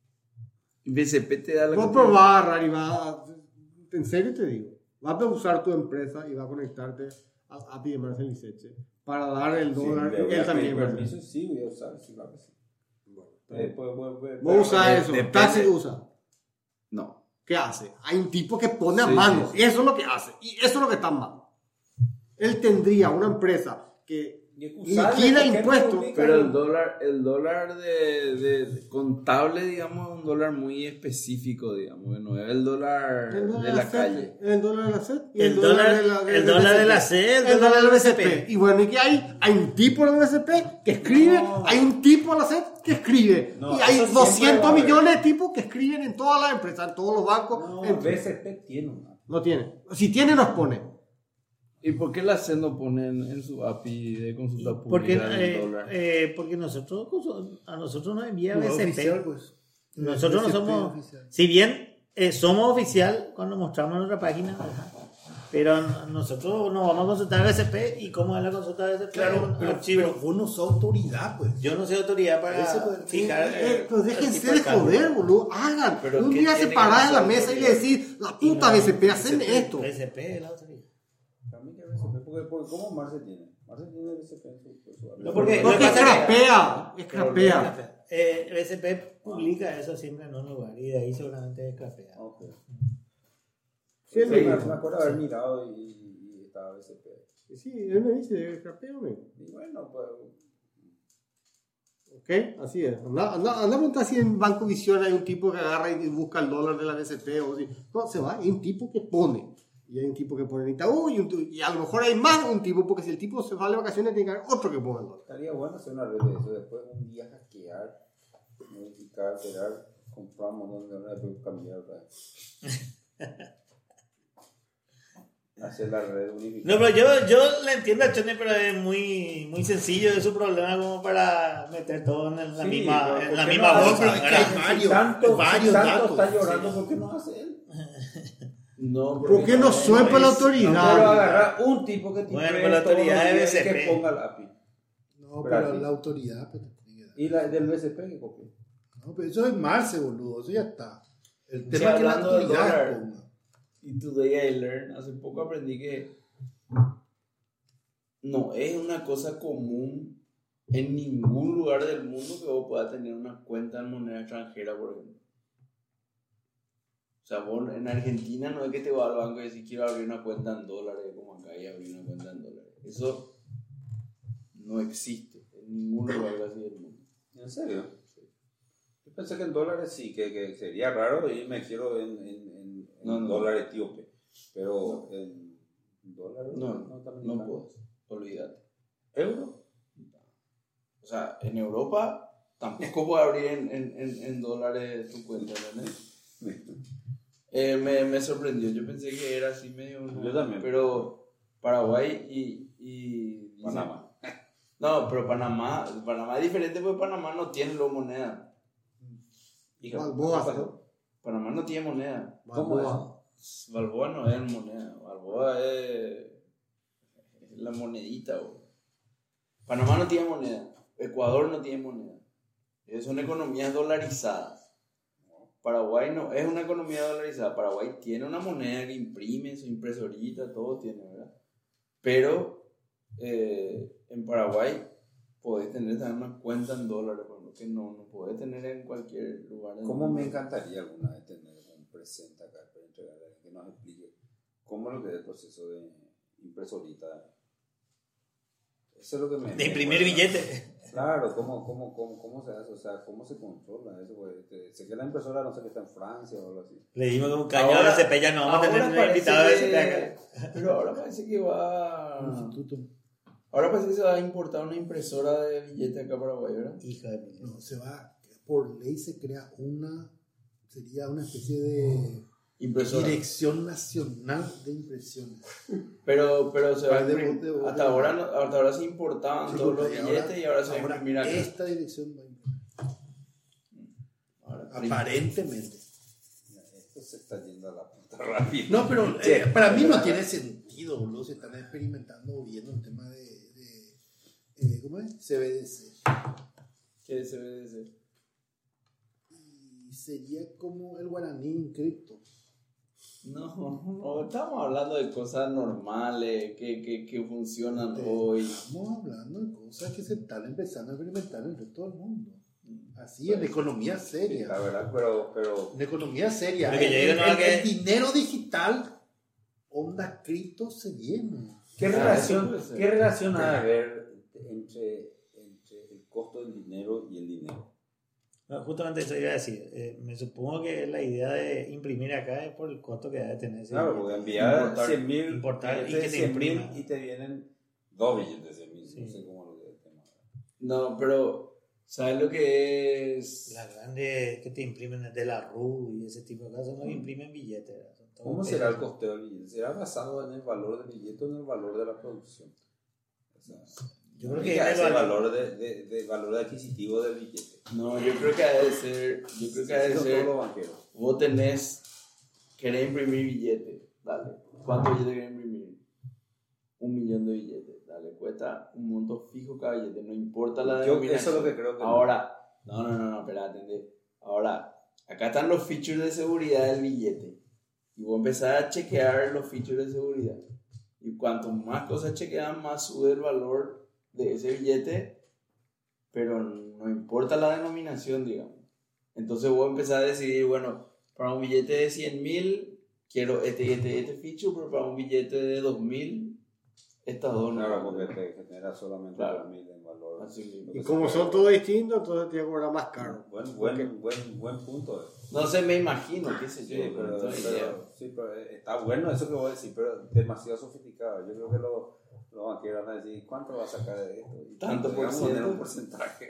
Y B C P te da la... Voy a probar, Rari, va a- en serio te digo, vas a usar tu empresa y va a conectarte a A P I de Marcel Liceche para dar el Sí, dólar. le voy él a también. pedir va a hacer. permiso, sí, voy a usar, sí, claro que sí. Eh, pues, pues, pues, Vos usás de- eso, depende. Taxi usa. No. ¿Qué hace? Hay un tipo que pone a Sí, mano. sí, Y eso es lo que hace. Y eso es lo que está mal. Él tendría una empresa que liquida impuestos. Pero el dólar, el dólar de, de- de contable, digamos, es un dólar muy específico, digamos, que no es el dólar El dólar de la C E T, calle. El dólar de la C E T. y El dólar- el dólar de la C E T, El dólar del B C P. Y bueno, ¿y qué hay? Hay un tipo en el B C P que escribe, No. hay un tipo en la C E T que escribe. No, y hay eso siempre doscientos va a haber. millones de tipos que escriben en todas las empresas, en todos los bancos. No, en- B C P tiene una. No tiene. Si tiene, nos pone. ¿Y por qué la C E N no pone en, en su A P I de consulta pública Porque, el eh, dólar? eh, porque nosotros, a nosotros nos envía No, B C P. oficial, pues. Nosotros no B C P somos, oficial. si bien eh, somos oficial cuando mostramos en nuestra página, ¿verdad? Pero n- nosotros nos vamos a consultar B C P y cómo es la consulta de B C P. Claro, Un pero, archivo. pero vos no sos autoridad, pues. Yo no soy autoridad para Ese puede- fijar. Eh, eh, pero el déjense tipo de cambio. joder, boludo. Hagan. Pero Un ¿qué día se tiene que parás en la hacer mesa y le autoridad? decís, la puta B C P, hacen esto. B C P es la autoridad. Para mí que B C P, porque, porque ¿cómo Marce tiene? Marce tiene B C P en su, en su No, porque- Porque es pasa que- crapea. Es crapea. Eh, B C P publica eso siempre en un lugar y de ahí seguramente es café. Ok. Sí, Sí, me- me, me acuerdo haber mirado y, y estaba B C P. Sí, él me dice, es crapea, amigo. Y bueno, pues. ¿Ok? Así es. Anda, anda, anda a preguntar si en Banco Visión hay un tipo que agarra y busca el dólar de la B C P o así. No, se va. Hay un tipo que pone. Y hay un tipo que pone en Itaú y, un, tu- y a lo mejor hay más de un tipo porque si el tipo se va de vacaciones tiene que haber otro que ponga el dólar. Estaría bueno hacer una red de eso. Después un día hackear, modificar, alterar, compramos donde no después cambiar. ¿verdad? Hacer la red unificada. No, pero yo, yo le entiendo a Chone, pero es muy, muy sencillo de su problema como para meter todo en la Sí, misma, pero en ¿por la qué misma no hace? bolsa. Pero es que ¿verdad? hay varios, tanto, varios tanto datos. está llorando, ¿por qué no hace él? No, ¿Por qué no suelta la No, pero autoridad? agarrar un tipo que Bueno, tipee con la todos los autoridad de días y B C P. que ponga el A P I. No, Pero pero aquí- la autoridad, pues, te tiene que dar. Y la del B C P que copie. No, pero eso es Marce, boludo. Eso ya está. El Sí, tema es que la hablando del autoridad dólar. ponga. Y Today I Learn, hace poco aprendí que no es una cosa común en ningún lugar del mundo que vos puedas tener una cuenta en moneda extranjera, por ejemplo. O sea, vos en Argentina no es que te vas al banco y decís quiero abrir una cuenta en dólares, como acá, y abrir una cuenta en dólares. Eso no existe en ningún lugar así del mundo. ¿En serio? Sí. Yo pensé que en dólares sí, que, que sería raro y me quiero en, en, en, no, en no. dólar etíope. Pero en dólares no, no, no, no, no puedes, olvídate. ¿Euro? O sea, en Europa tampoco puedo abrir en, en, en, en dólares tu cuenta, ¿no? eh, me, me sorprendió, yo pensé que era así medio... ¿no? Yo también. Pero Paraguay y... y Panamá. No, pero Panamá, Panamá es diferente porque Panamá no tiene la moneda. Hija, Balboa, ¿qué pasó? ¿no? Panamá no tiene moneda. Balboa. Balboa no es moneda, Balboa es, es la monedita. Bro. Panamá no tiene moneda, Ecuador no tiene moneda. Son economías dolarizadas. Paraguay no es una economía dolarizada. Paraguay tiene una moneda que imprime, su impresorita, todo tiene, ¿verdad? Pero eh, en Paraguay podés tener también una cuenta en dólares, pero que no, no podés tener en cualquier lugar. ¿Cómo me encantaría alguna vez tener un presente acá para entregar a alguien que nos explique cómo es lo que es el proceso de impresorita? Eso es lo que me... De imprimir billetes. Claro, ¿cómo, cómo, cómo, cómo se hace? O sea, ¿cómo se controla eso? Pues, sé que la impresora no sé que está en Francia o algo así. Le dimos un caño Ahora- a S P, ya no vamos a tener ahora un invitado de parece S P acá. que- Pero ahora parece que va... Instituto. Ahora parece que se va a importar una impresora de billetes acá a Paraguay, ¿verdad? Hija de mí. No, se va, por ley se crea una, sería una especie de Impresora. Dirección Nacional de Impresiones. Pero, pero se va a Para de- imprimir- de- de- hasta, ahora, no- hasta ahora se importaban Sí, todos los porque billetes y ahora se va a ahora imprimir acá. Esta dirección va a imprimir. Ahora, imprim- Aparentemente. Esto se está yendo a la puta rápido. No, pero eh, para mí no tiene sentido, boludo. Se están experimentando o viendo el tema de, de eh, ¿cómo es? C B D C. ¿Qué se ve ese? Y sería como el guaraní en cripto. No, no, estamos hablando de cosas normales que, que, que funcionan Te- hoy. Estamos hablando de cosas que se están empezando a experimentar en el resto del mundo. Así, en economía seria. La verdad, pero... pero En economía seria. Lo que El, yo digo, el- no, el- que- el dinero digital, onda cripto, se viene. ¿Qué Ah, relación, eso puede ser. ¿qué relación ha de haber entre, entre el costo del dinero y el dinero? No, justamente eso iba a decir. Eh, me supongo que la idea de imprimir acá es por el costo que debe tener ese Claro, billete. porque enviar Importar- cien mil importar y billetes que de te cien mil imprima. y te vienen dos billetes de cien mil. Sí. No sé cómo lo que es el tema. No, pero ¿sabes lo que es? Las grandes que te imprimen de la R U y ese tipo de cosas no imprimen billetes. ¿verdad? Son todos ¿Cómo pesos. será el costeo del billete? ¿Será basado en el valor del billete o en el valor de la producción? O sea, Yo creo ¿qué que hace es el el valor. valor, de, de, de valor adquisitivo del billete? No, yo creo que ha de ser, yo creo que ha de Son ser, todos los banqueros. vos tenés, querés imprimir billetes, dale. ¿Cuántos billetes querés imprimir? Un millón de billetes, dale. Cuesta un monto fijo cada billete, no importa la Yo denominación. eso es lo que creo que... Ahora, no, no, no, no, espera, atendé. Ahora, acá están los features de seguridad del billete. Y vos empezás a chequear los features de seguridad. Y cuanto más cosas chequean, más sube el valor de ese billete. Pero no importa la denominación, digamos. Entonces vos empezás a decidir, bueno, para un billete de cien mil, quiero este, este, este feature, pero para un billete de dos mil, estas dos no. Claro, porque te genera solamente Claro. dos mil en valor. Así mismo. Y como son todos distintos, entonces te cobrar más caro. Buen, buen, buen, buen punto. No sé, me imagino, qué sé yo. Sí, pero, no tengo idea. pero, sí, pero está bueno eso que vos decís, pero demasiado sofisticado. Yo creo que los, los banqueros van a decir, ¿cuánto va a sacar de esto? Y Tanto por vamos a ciento. poner un porcentaje.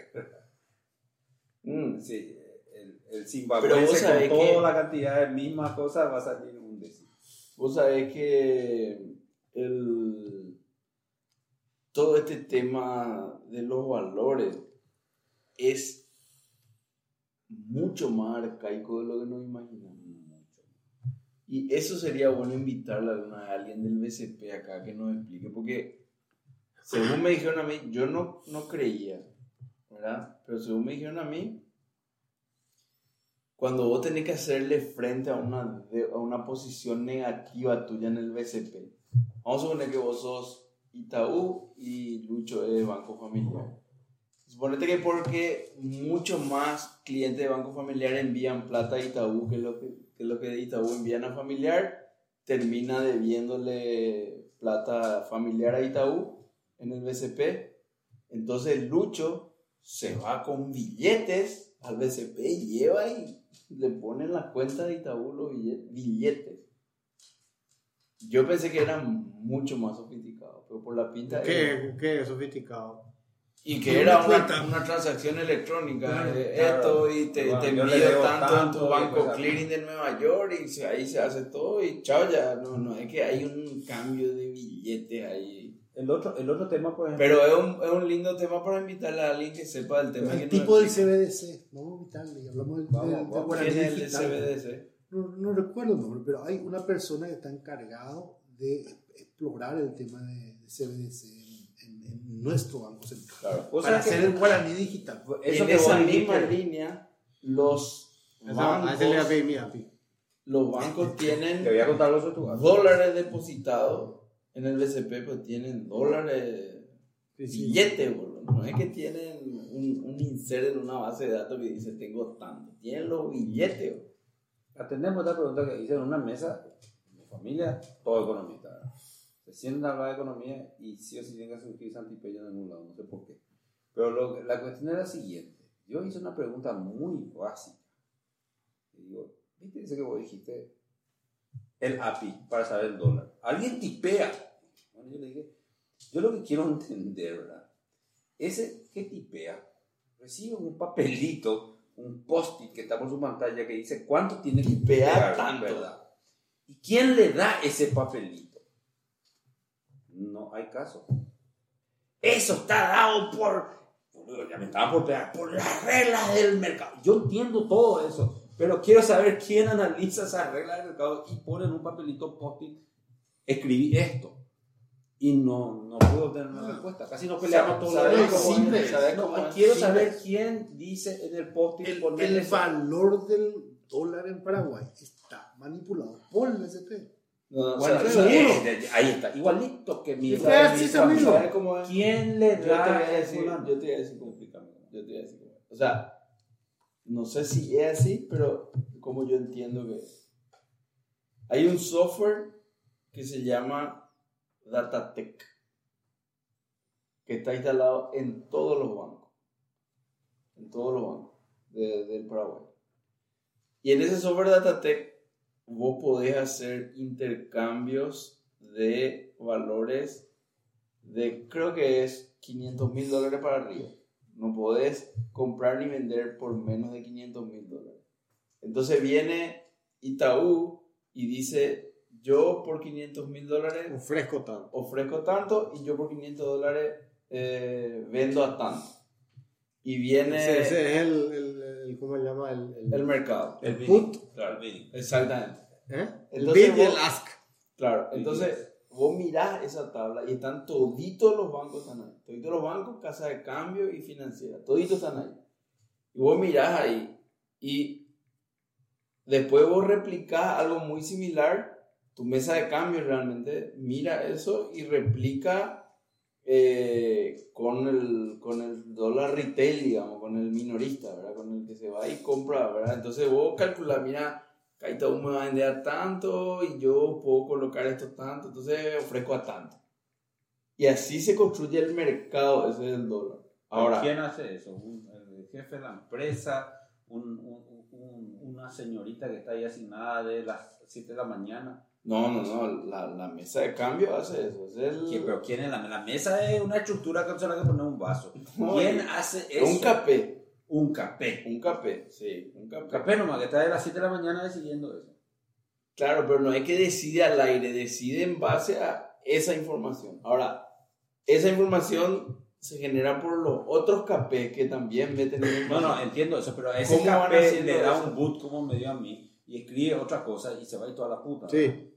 Mm. Sí, el, el Pero vos Zimbabue sabés con que- toda la cantidad de mismas cosas va a salir un décimo. Vos sabés que el, todo este tema de los valores es mucho más arcaico de lo que nos imaginamos. Y eso sería bueno invitarle a alguna- a alguien del B C P acá que nos explique, porque según me dijeron a mí, yo no, no creía, ¿verdad? Pero según me dijeron a mí, cuando vos tenés que hacerle frente a una, de- a una posición negativa tuya en el B C P, vamos a suponer que vos sos Itaú y Lucho es Banco Familiar. Suponete que porque mucho más clientes de Banco Familiar envían plata a Itaú que lo que, que lo que de Itaú envían a Familiar, termina debiéndole plata familiar a Itaú en el B C P. Entonces Lucho se va con billetes al B C P y lleva y le pone en la cuenta de Itaú los billetes. Yo pensé que era mucho más sofisticado, pero por la pinta... ¿Qué, ¿qué es sofisticado? Y que era una, una transacción electrónica, claro, eh, claro. Esto, y te, bueno, te envío tanto, tanto en tu banco pues, clearing de Nueva York, y se, ahí se hace todo, y chao ya, no, no, es que hay un cambio de billetes ahí. El otro, el otro tema, por ejemplo... Pero es un, es un lindo tema para invitarle a alguien que sepa del tema. El que tipo no del C B D C, vamos a invitarle, y hablamos del, vamos, del, vamos, del ¿quién es el del C B D C? No, no recuerdo el nombre, pero hay una persona que está encargado de explorar el tema de, de C B D C en, en, en nuestro banco central. Claro. O para hacer el guaraní digital. Eso en esa misma línea, los bancos, los bancos tienen Te voy a contar los otros dólares depositados en el B C P, pero tienen dólares, sí, sí. billetes, boludo. No es que tienen un, un insert en una base de datos que dice tengo tanto. Tienen los billetes, boludo. Atendemos esta pregunta que hice en una mesa. Familia, todo economista, ¿verdad? Se sientan a hablar de economía y sí o sí tienen que surgir Santipello en algún lado, no sé por qué. Pero lo, la cuestión era la siguiente. Yo hice una pregunta muy básica. Y digo, ¿viste ese que vos dijiste? El A P I, para saber el dólar. Alguien tipea. Bueno, yo le dije, yo lo que quiero entender, ¿verdad? Ese que tipea, recibe un papelito, un post-it que está por su pantalla que dice cuánto tiene que tipear, tanto, ¿verdad? ¿Y quién le da ese papelito? No hay caso. Eso está dado por... Ya me estaba por pegar. Por las reglas del mercado. Yo entiendo todo eso. Pero quiero saber quién analiza esas reglas del mercado y pone en un papelito post-it. Escribí esto. Y no, no pude obtener una respuesta. Casi nos peleamos todos los días. Simple. No, quiero saber quién dice en el post-it. El, el valor del dólar en Paraguay está manipulado por el B C P. No, bueno, o sea, es, es, ahí está, igualito que mi. ¿Quién le da? Yo te voy a decir, yo te voy a decir cómo explicarme. Yo te voy a decir cómo. O sea, no sé si es así, pero como yo entiendo que es. Hay un software que se llama Datatec, que está instalado en todos los bancos, en todos los bancos de, del Paraguay. Y en ese software Datatec vos podés hacer intercambios de valores de, creo que es quinientos mil dólares para arriba. No podés comprar ni vender por menos de quinientos mil dólares. Entonces viene Itaú y dice, yo por quinientos mil dólares ofrezco tanto. ofrezco tanto y yo por quinientos dólares eh, vendo a tanto. Y viene... Ese, ese es el, el, el, ¿cómo se llama? El, el, el mercado. El, el put. Claro, exactamente. ¿Eh? El bid y el ask. Claro, entonces vos mirás esa tabla y están toditos los bancos están ahí. Toditos los bancos, casa de cambio y financiera. Toditos están ahí. Y vos mirás ahí y después vos replicás algo muy similar. Tu mesa de cambio realmente mira eso y replica eh, con, el, con el dólar retail, digamos, con el minorista, ¿verdad? Con el que se va y compra, ¿verdad? Entonces vos calculás, mira, Itaú me va a vender a tanto y yo puedo colocar esto tanto, entonces ofrezco a tanto. Y así se construye el mercado, ese es el dólar. Ahora, ¿quién hace eso? ¿Un, el jefe de la empresa? Un, un, un, ¿Una señorita que está ahí asignada de las siete de la mañana? No, no, no, la, la mesa de cambio hace eso. Es el... ¿Quién, ¿Pero quién es la, la mesa? Es una estructura que se le hay que poner un vaso. No, ¿Quién hace eso? Un café. Un café. Un café, sí, un café. Café nomás, que está de las siete de la mañana decidiendo eso. Claro, pero no es que decide al aire, decide en base a esa información. Ahora, esa información se genera por los otros cafés que también meten en No, no, entiendo eso, pero a ese café le da eso? Un boot como me dio a mí y escribe otra cosa y se va a ir toda la puta. Sí.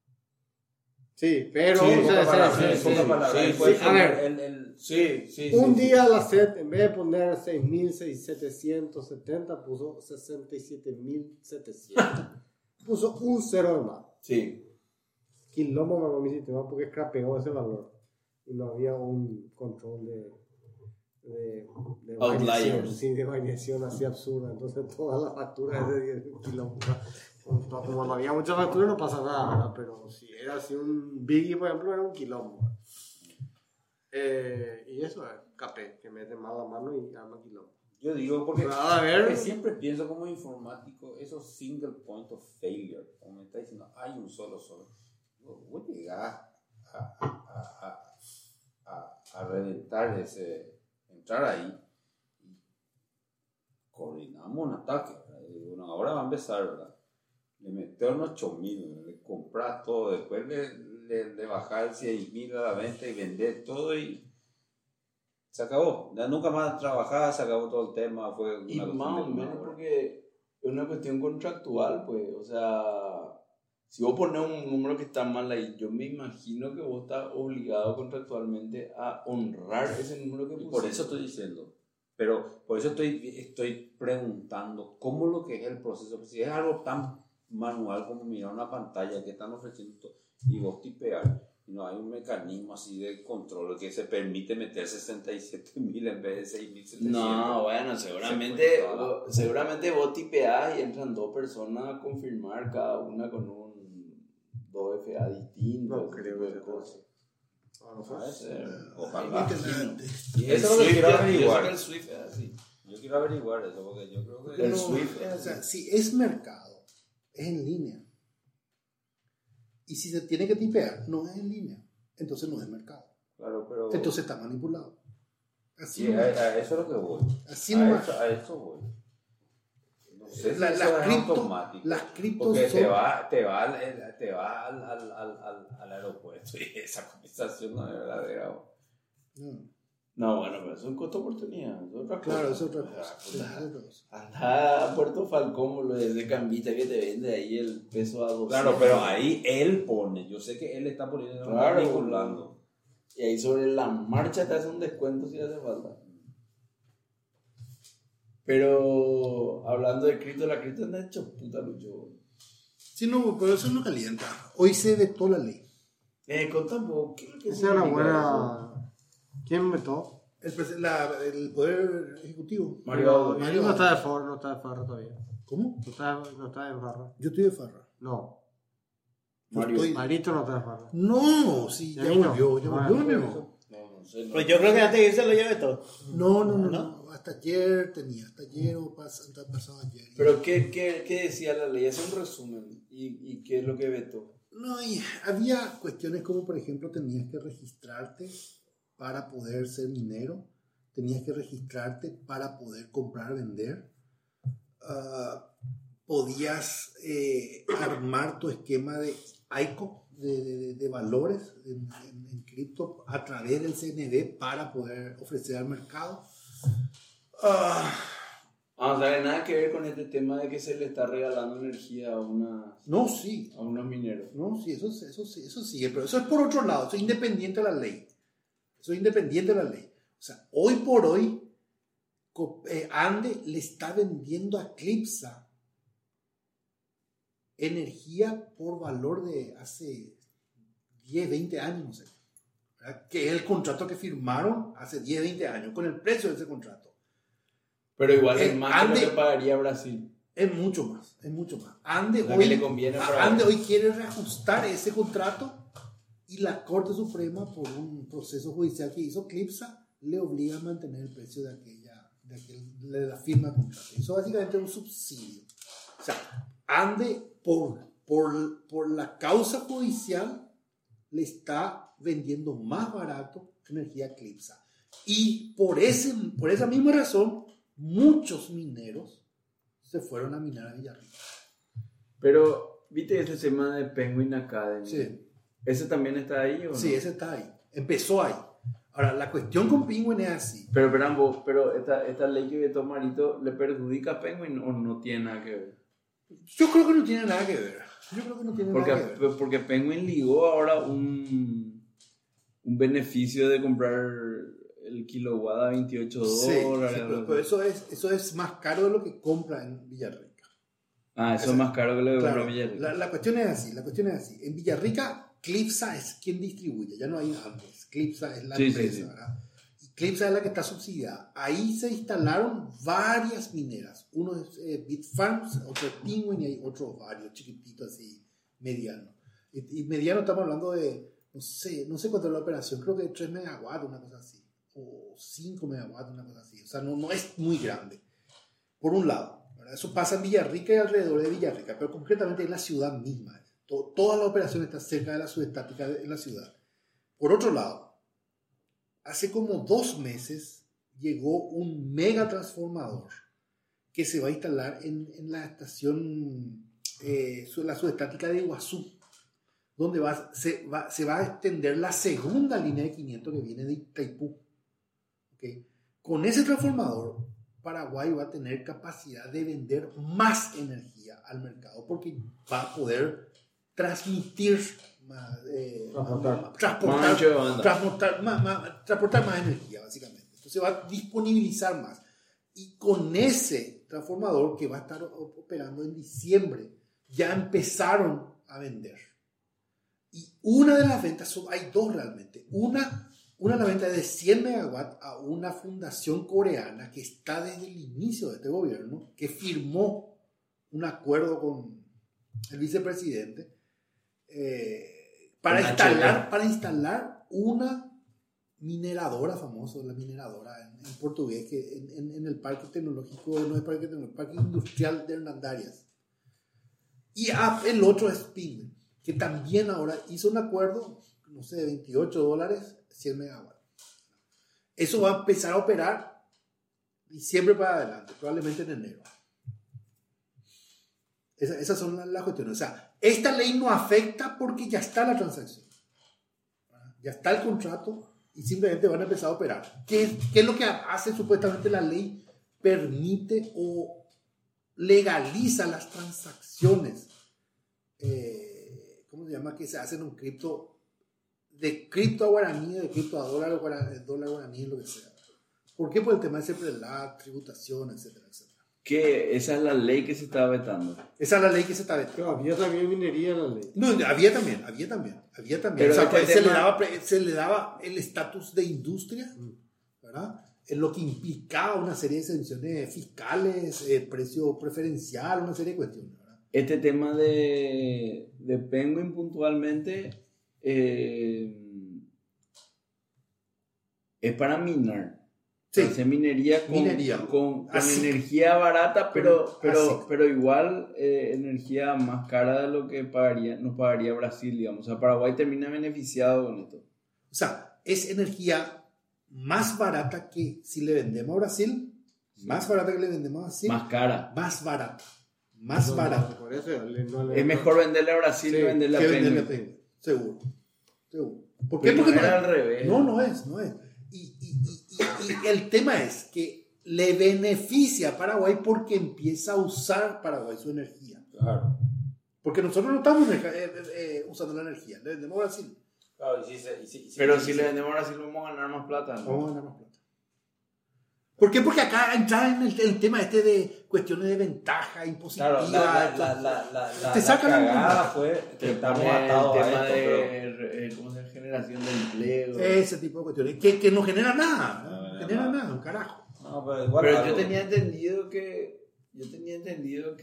Sí, pero... Sí, o sea, palabras, sí, sí, sí, palabras. sí, Sí, sí. A ver, el, el, sí, sí, un sí, día sí. la S E T, en vez de poner seis mil setecientos setenta, puso sesenta y siete mil setecientos. Puso un cero de más. Sí. Quilombo me mamó mi sistema porque scrapeó ese valor. Y no había un control de, de, de Outliers. variación, sí, de variación así absurda. Entonces todas las facturas es de diez kilómetros. Como no había muchas facturas no pasa nada, ¿verdad? Pero si era así un Biggie, por ejemplo, era un kilómetro. Eh, y eso es Capé, que mete mal la mano y arma kilómetro. Yo digo porque, A ver. porque siempre pienso como informático, esos single point of failure, como me está diciendo, hay un solo solo. Voy a llegar a, a, a, a, a reventar ese, entrar ahí y coordinamos un ataque. Y bueno, ahora va a empezar, ¿verdad? Le meter unos ocho mil, le comprar todo, después le, le, le bajar seis mil a la venta y vender todo y se acabó. Ya nunca más trabajar, se acabó todo el tema. Fue una Y más o menos porque es una cuestión contractual, pues, o sea, si vos pones un número que está mal ahí, yo me imagino que vos estás obligado contractualmente a honrar ese número que Y pusiste. por eso estoy diciendo, pero por eso estoy, estoy preguntando cómo lo que es el proceso, si es algo tan manual como mirar una pantalla que están ofreciendo todo, y vos tipear, y no hay un mecanismo así de control que se permite meter sesenta y siete mil en vez de seis mil setecientos. No, bueno, seguramente, Se puede toda vos, seguramente vos tipeás y entran dos personas a confirmar cada una con un dos F A distinto. No ese creo tipo de que cosas. Ah, no Puede sé. ser, Ah, ojalá. imagínate. Y El eso es lo que Swift, quiero yo sé averiguar. que el Swift es así. Yo quiero averiguar eso porque yo creo que... El No, Swift es o sea, así. si es mercado, es en línea. Y si se tiene que tipear, no es en línea. Entonces no es mercado. Claro, pero... Entonces está manipulado. Así Sí, a, nomás. a eso es lo que voy. Así a, nomás. eso, a eso voy. No sé si La- eso las es cripto- automático. las criptos Porque te son- va, te va, al, te va al, al, al, al, al aeropuerto y esa conversación no es verdadera. No. No, bueno, pero eso es un costo-oportunidad. Es otra Claro, cosa. es otra cosa. Ah, Sí, puta. es otra cosa. Anda a Puerto Falcón, boludo, ese cambista que te vende ahí el peso a doscientos. Claro, pero ahí él pone. Yo sé que él está poniendo, no Claro, manipulando. Y ahí sobre la marcha te hace un descuento si hace falta. Pero hablando de cripto, la cripto anda hecho puta, Lucho. Sí, no, pero eso no calienta. Hoy se vetó la ley. Eh, contame, ¿qué es lo que Esa es una significa buena. ¿Quién metó? El, prese- la- el Poder Ejecutivo. Mario, Mario- no está de farra, no está de farra todavía. ¿Cómo? No está, no está en farra. Yo estoy de farra. No. Yo Mario. estoy- Marito no está de farra. No, sí, ya Ya vino. volvió, ya Ah, volvió, ya no. volvió. No, no sé. No. Pues yo creo que antes de irse lo lleve todo. No, no, no, ¿No? no. Hasta ayer tenía, hasta ayer o pas- hasta pasado ayer. Pero, ¿qué, qué, qué decía la ley? Hace un resumen. ¿Y, y qué es lo que vetó? No, y había cuestiones como, por ejemplo, tenías que registrarte para poder ser minero, tenías que registrarte para poder comprar, vender, Ah, podías eh, armar tu esquema de I C O, de, de- de valores en, en- en cripto a través del C N D para poder ofrecer al mercado. Ah, Ah, o sea, nada que ver con este tema de que se le está regalando energía a, una, no, sí, a unos mineros. no, sí, eso, eso, sí, eso sí, pero eso es por otro lado, eso es independiente de la ley. Eso es independiente de la ley. O sea, hoy por hoy, co- eh, Ande le está vendiendo a Clipsa energía por valor de hace diez, veinte años, no sé. ¿Verdad? Que es el contrato que firmaron hace diez, veinte años, con el precio de ese contrato. Pero igual Eh, es más Ande- que lo que pagaría Brasil. Es mucho más, es mucho más. Ande, Lo que hoy, le conviene a- para- Ande hoy quiere reajustar ese contrato y la Corte Suprema, por un proceso judicial que hizo Clipsa, le obliga a mantener el precio de aquella, de, aquel, de la firma de contrato. Eso básicamente es un subsidio. O sea, Ande, por, por, por la causa judicial, le está vendiendo más barato energía a Clipsa. Y por, ese, por esa misma razón, muchos mineros se fueron a minar a Villarrica. Pero, ¿viste ese tema de Penguin Academy? Sí. ¿Ese también está ahí o no? Sí, ese está ahí. Empezó ahí. Ahora, la cuestión con Penguin es así. Pero, esperan vos, pero esta, esta ley que vetó Marito, ¿le perjudica a Penguin o no tiene nada que ver? Yo creo que no tiene nada que ver. Yo creo que no tiene Porque, nada que ver. porque Penguin ligó ahora un, un beneficio de comprar el kilowatt a veintiocho Sí, dólares. sí, pero, pero eso, es, eso es más caro de lo que compra en Villarrica. Ah, eso Esa- es más caro que lo que Claro, compra Villarrica. la, la cuestión es así, la cuestión es así. En Villarrica, Clipsa es quien distribuye, ya no hay Andes. Clipsa es la Sí, sí, empresa, sí. ¿verdad? Y CLIPSA es la que está subsidiada. Ahí se instalaron varias mineras. Uno es eh, Bitfarms, otro es Penguin y hay otros varios chiquititos así, medianos. Y, y mediano estamos hablando de, no sé, no sé cuánto es la operación, creo que tres megawatts, una cosa así. O cinco megawatts, una cosa así. O sea, no, no es muy grande. Por un lado, ¿verdad? Eso pasa en Villarrica y alrededor de Villarrica, pero concretamente en la ciudad misma. Todo, toda la operación está cerca de la subestática en la ciudad. Por otro lado, hace como dos meses llegó un mega transformador que se va a instalar en, en la estación, eh, la subestática de Iguazú, donde va, se, va, se va a extender la segunda línea de quinientos que viene de Itaipú. ¿Okay? Con ese transformador, Paraguay va a tener capacidad de vender más energía al mercado porque va a poder transmitir más, eh, transportar, más, transportar, transportar, más, más, transportar más energía, básicamente. Entonces va a disponibilizar más. Y con ese transformador que va a estar operando en diciembre, ya empezaron a vender. Y una de las ventas, son, hay dos realmente. Una, una de las ventas es de cien megawatts a una fundación coreana que está desde el inicio de este gobierno, que firmó un acuerdo con el vicepresidente eh, para, instalar, para instalar una mineradora famosa, la mineradora en, en portugués, que en, en, en el parque tecnológico, no es parque tecnológico, el parque industrial de Hernandarias. Y ah, el otro es Penguin, que también ahora hizo un acuerdo, no sé, de veintiocho dólares, cien megawatts. Eso va a empezar a operar diciembre para adelante, probablemente en enero. Esa, esas son las, las cuestiones. O sea, esta ley no afecta porque ya está la transacción. Ya está el contrato y simplemente van a empezar a operar. ¿Qué, qué es lo que hace supuestamente la ley? Permite o legaliza las transacciones. Eh, ¿Cómo se llama? Que se hacen un cripto, de cripto a guaraní, de cripto a dólar, guaraní, dólar guaraní, lo que sea. ¿Por qué? Por el tema de siempre la tributación, etcétera, etcétera. Que esa es la ley que se está vetando. Esa es la ley que se está vetando. Pero había también minería en la ley. No, había también, había también, había también. Pero o sea, este se, tema... le daba, se le daba el estatus de industria, ¿verdad? En lo que implicaba una serie de exenciones fiscales, eh, precio preferencial, una serie de cuestiones, ¿verdad? Este tema de, de Penguin puntualmente eh, es para minar. Sí. Hacer minería con, Minería. con, con Así. energía barata, pero, pero, Así. pero igual eh, energía más cara de lo que pagaría, nos pagaría Brasil, digamos. O sea, Paraguay termina beneficiado con esto. O sea, es energía más barata que si le vendemos a Brasil, más barata que le vendemos a Brasil, Más cara. más barata, más No, barata. no, por eso le- no le- Es mejor venderle a Brasil Sí, que venderle a Que venderle a Penguin. Penguin, seguro, seguro. ¿Por qué? Pero Porque no era no, al revés. no, no es, no es. Y, y, y, y, y el tema es que le beneficia a Paraguay porque empieza a usar Paraguay su energía. Claro. Porque nosotros no estamos eh, eh, eh, usando la energía, le vendemos a Brasil. Claro, y si se- y si- y si- Pero y si si- le vendemos a Brasil vamos a ganar más plata, ¿no? Vamos a ganar más plata. ¿Por qué? Porque acá entra en el, el tema este de cuestiones de ventaja impositiva. Claro, la, la, entonces, la, la, la, la, te la sacan la cagada mierda. fue que Te estamos pone atados el a tema esto, de pero- eh, ¿cómo se llama? Generación de empleo. ese tipo de cuestiones que, que no genera nada. No, No, no, genera no. nada, un carajo. No, pero igual Pero algo- yo tenía entendido que yo tenía entendido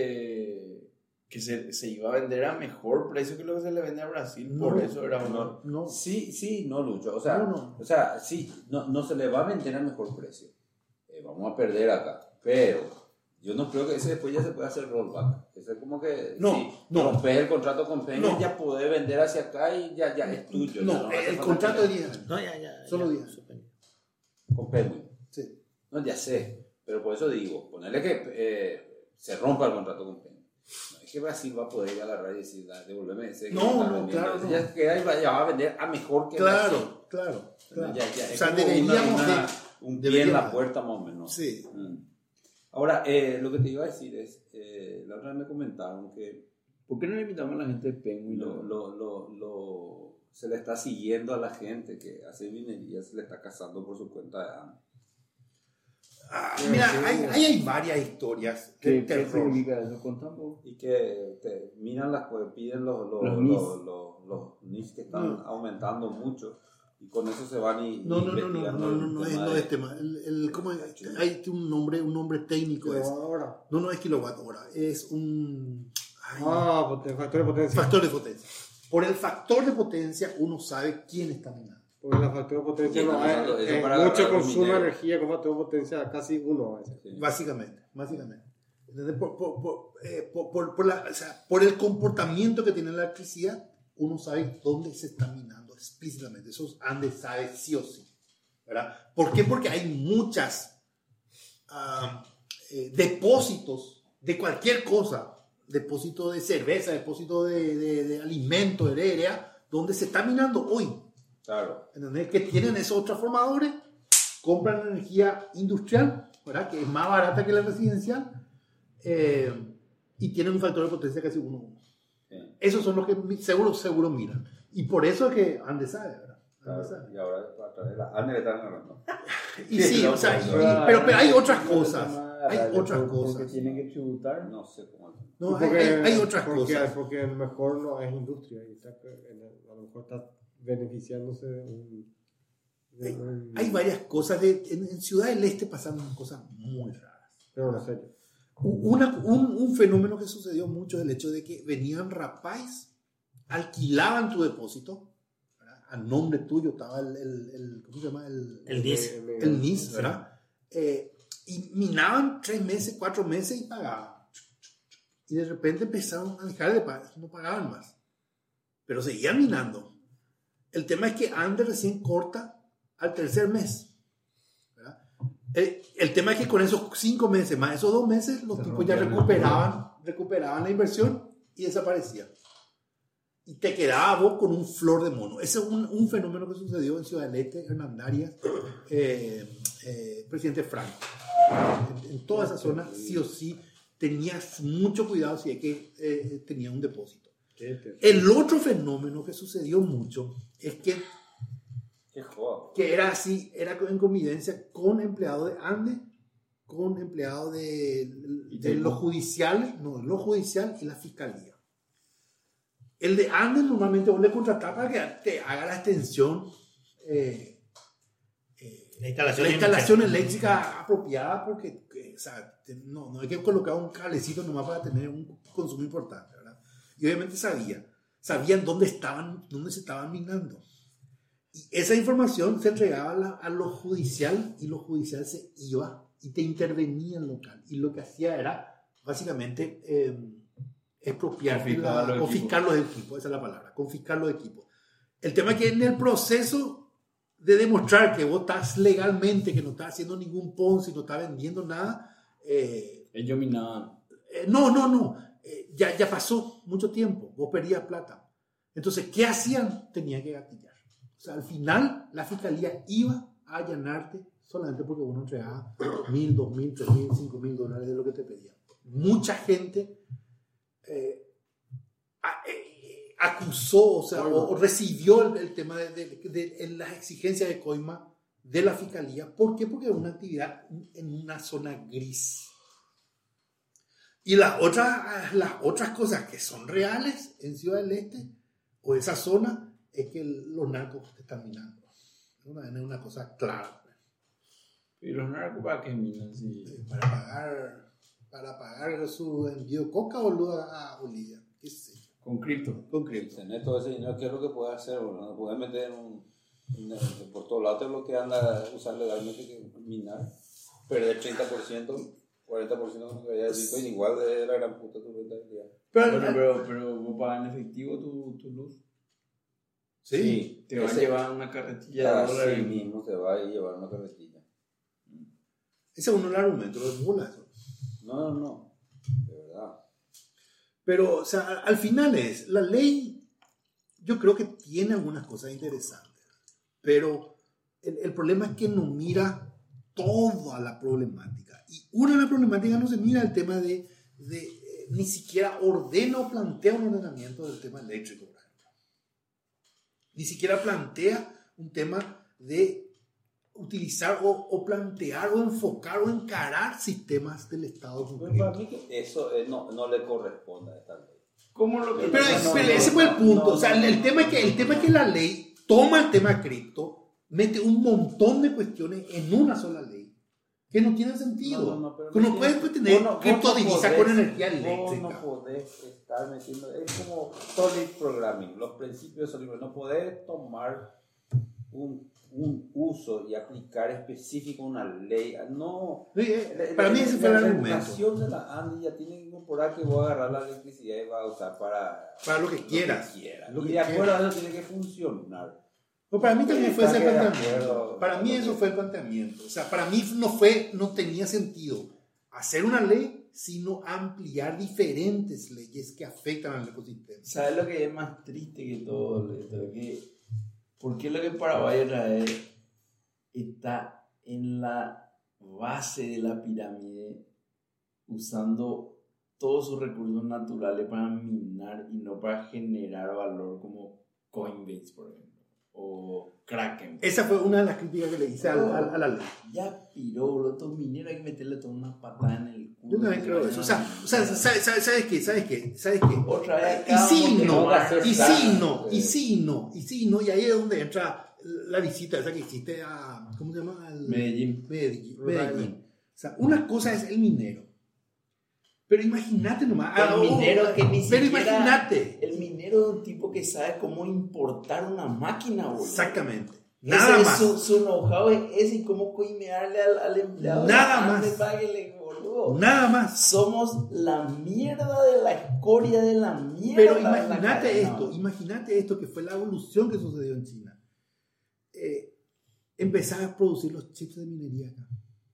que que se, se iba a vender a mejor precio que lo que se le vende a Brasil, No, por eso era no, uno. No. Sí, sí, no, Lucho. O sea, No, no. O sea sí, no, no se le va a vender a mejor precio. Eh, vamos a perder acá. Pero yo no creo que ese después ya se pueda hacer rollback. Eso es como que No, si no. rompes el contrato con Peña, No. ya podés vender hacia acá y ya, ya es tuyo. No, ya hace el falta contrato que- de diez años. No, ya, ya. Solo ya, diez. suspendido. con Penguin. Sí. No, ya sé. Pero por eso digo, ponerle que eh, se rompa el contrato con Penguin. No es que Brasil va a poder ir a agarrar y decir, "Da, devuélveme ese. que No, me está no, vendiendo". claro, no. Ya, que ahí va, ya va a vender a mejor que Brasil. Claro, claro, claro. Ya, ya, es O sea, como deberíamos una- una- de... un pie en la deberíamos. puerta más o menos. Sí. Mm. Ahora, eh, lo que te iba a decir es, eh, la otra vez me comentaron que ¿Por qué no le invitamos a la gente de Penguin? lo, lo, lo, lo- se le está siguiendo a la gente que hace minería, se le está cazando por su cuenta de A M. Ah, mira, hay, hay, hay varias historias de ¿Qué, ¿Qué terror. significa eso? Contamos. Y que te miran las, pues, piden los, los, Los los, N I S. los, los, los N I S que están Mm. aumentando mucho Y con eso se van y No, no, no, no, investigando no, no, el no, es, tema no de- es tema. El, el, ¿cómo es? Hay un nombre, un nombre técnico. Es, Ahora. no, no es kilowatt hora, es un ay, Ah, poten- factor de potencia. factor de potencia. Por el factor de potencia uno sabe quién está minando. Porque la factor de potencia Sí, no no, hay. eso eh, para mucho agarrar consumo de dinero. energía con factor de potencia, casi uno a veces. Sí. Básicamente, básicamente. ¿Entendés? Por, por, por, eh, por, por, por la, o sea, por el comportamiento que tiene la electricidad, uno sabe dónde se está minando explícitamente. Eso Andes sabe sí o sí. ¿Verdad? ¿Por qué? Porque hay muchas ah, eh, depósitos de cualquier cosa, depósito de cerveza, depósito de, de, de alimento, de heredia, donde se está minando hoy. Claro. ¿Entendés? Que tienen esos transformadores, compran energía industrial, ¿verdad? Que es más barata que la residencial, eh, y tienen un factor de potencia casi uno a uno. Sí. Esos son los que mi- seguro, seguro miran. Y por eso es que Andes sabe, ¿verdad? Andes Claro. sabe. Y ahora a través de la ANDE le están agarrando. Y sí, o sea, y- pero, pero hay otras cosas. Hay otras cosas. Que tienen que tributar. No sé cómo. No, hay, Porque- hay- hay otras porque, cosas. Porque a lo mejor no es industria y está, en el- a lo mejor está beneficiándose de un. de Hay, un- hay varias cosas. De, en, en Ciudad del Este pasan cosas muy raras. Pero no sé. Una- un, un fenómeno que sucedió mucho es el hecho de que venían rapáis, alquilaban tu depósito, ¿verdad? A nombre tuyo estaba el, el, el- ¿cómo se llama? El, El N I S. el N I S, ¿verdad? Eh, y minaban tres meses, cuatro meses y pagaban. Y de repente empezaron a dejar de pagar, no pagaban más. Pero seguían minando. El tema es que Andes recién corta al tercer mes. ¿Verdad? Eh, el tema es que con esos cinco meses más esos dos meses, los Se tipos ya rompieron el recuperaban, recuperaban la inversión y desaparecían. Y te quedabas vos con un flor de mono. Ese es un, un fenómeno que sucedió en Ciudad del Este, Hernandarias, eh, eh, presidente Franco. En, en toda esa zona, sí o sí, tenías mucho cuidado si es que eh, tenía un depósito. El otro fenómeno que sucedió mucho es que, Qué joda. que era así, era en convivencia con empleados de Andes, con empleados de, de los judiciales, no, de lo judicial y la fiscalía. El de Andes normalmente vos le contratás para que te haga la extensión, eh, eh, La instalación, la instalación eléctrica apropiada, porque que, o sea, te- no, no hay que colocar un cablecito nomás para tener un consumo importante, ¿verdad? Y obviamente sabía, sabían dónde estaban, dónde se estaban minando. Y esa información se entregaba a, la- a lo judicial y lo judicial se iba y te intervenía en local. Y lo que hacía era básicamente eh, expropiar, Confiscar la- los equipos. confiscar los equipos, esa es la palabra, confiscar los equipos. El tema es que en el proceso de demostrar que vos estás legalmente, que no estás haciendo ningún Ponzi, no estás vendiendo nada, eh, Ellos minaban. eh, no, no, no, eh, ya, ya pasó mucho tiempo, vos perdías plata. Entonces, ¿qué hacían? Tenían que gatillar. O sea, al final, la fiscalía iba a allanarte solamente porque vos no entregabas mil, dos mil, tres mil, cinco mil dólares de lo que te pedían. Mucha gente eh, a- eh, acusó, o sea, o, o recibió el, el tema de, de, de- de las exigencias de coima de la fiscalía. ¿Por qué? Porque es una actividad en una zona gris. Y las otras, las otras cosas que son reales en Ciudad del Este o esa zona es que los narcos te están minando. Es una, es una cosa clara. ¿Y los narcos para qué minan? Sí. Eh, Para pagar, para pagar su envío de coca, boludo, a Bolivia. ¿Qué sé yo? Con cripto. Con cripto. Tener todo ese dinero, ¿qué es lo que puedes hacer? Bueno, no puedes meter en un, en- por todos lados, te lo que anda a usar legalmente que minar, perder treinta por ciento, cuarenta por ciento como que había dicho, y igual de la gran puta tu rentabilidad. Pero, Bueno, pero, pero vos pagas en efectivo tu, tu luz. sí, Te van a ese- llevar una carretilla de Así dólares. mismo se va a llevar una carretilla. ese es uno de los argumentos, los mula eso. No, no, no, de verdad. Pero, o sea, al final es, la ley, yo creo que tiene algunas cosas interesantes, pero el, el problema es que no mira toda la problemática. Y una de las problemáticas no se mira el tema de, de eh, ni siquiera ordena o plantea un ordenamiento del tema eléctrico, por ejemplo. Ni siquiera plantea un tema de utilizar o, o plantear o enfocar o encarar sistemas del Estado Pero concreto. para mí que eso eh, no, no le corresponde a esta ley. ¿Cómo lo que Pero, No, no, pero no, ese fue el punto. no, o sea, no, el, no. tema es que, el tema es que la ley toma el tema cripto, mete un montón de cuestiones en una sola ley. Que no tiene sentido. No, no, no, pero que no no tiene- puedes tener vos no- vos criptodivisa no con podés- energía Vos eléctrica. no podés estar metiendo, es como solid programming, los principios solid, no podés tomar un, un uso y aplicar específico una ley, no. Sí, eh, La- para la- mí ese la fue el argumento. regulación de la ANDI ya tiene que incorporar que voy a agarrar la electricidad y va a usar para, Para lo que quieras. quiera. Lo y que de acuerdo quieras. a eso tiene que funcionar. Pues para mí también fue ese Está que de planteamiento. acuerdo. Para mí eso fue el planteamiento. O sea, para mí no fue, no tenía sentido hacer una ley, sino ampliar diferentes leyes que afectan al ecosistema. ¿Sabes lo que es más triste que todo esto? Que, ¿por qué lo que Paraguay Israel está en la base de la pirámide usando todos sus recursos naturales para minar y no para generar valor como Coinbase, por ejemplo, o Kraken? Esa fue una de las críticas que le hice a, a- a la ley. Ya piró, boludo, estos mineros hay que meterle toda una patada en el culo. Yo también creo eso. O sea, o sea ¿sabes, sabes, sabes qué? ¿Sabes qué? ¿Sabes qué? Otra vez Y acá sí, vamos a no, tomar- y sí, no, Sí. y sí, no, y sí, no, y ahí es donde entra la visita esa que hiciste a, ¿cómo se llama? Al- Medellín. Medellín. Rhode Medellín. O sea, una cosa es el minero, pero imagínate nomás. El ah, oh, minero que ni pero siquiera- imagínate. El minero es un tipo que sabe cómo importar una máquina, boludo. Exactamente. Ese Nada es más. Su, su know-how es ese y cómo coimearle al, al empleado. Nada Antes más. para que le- boludo. Nada más. Somos la mierda de la escoria de la mierda. Pero en la imagínate cadena, esto, boludo. imagínate esto que fue la evolución que sucedió en China. Eh, empezar a producir los chips de minería acá.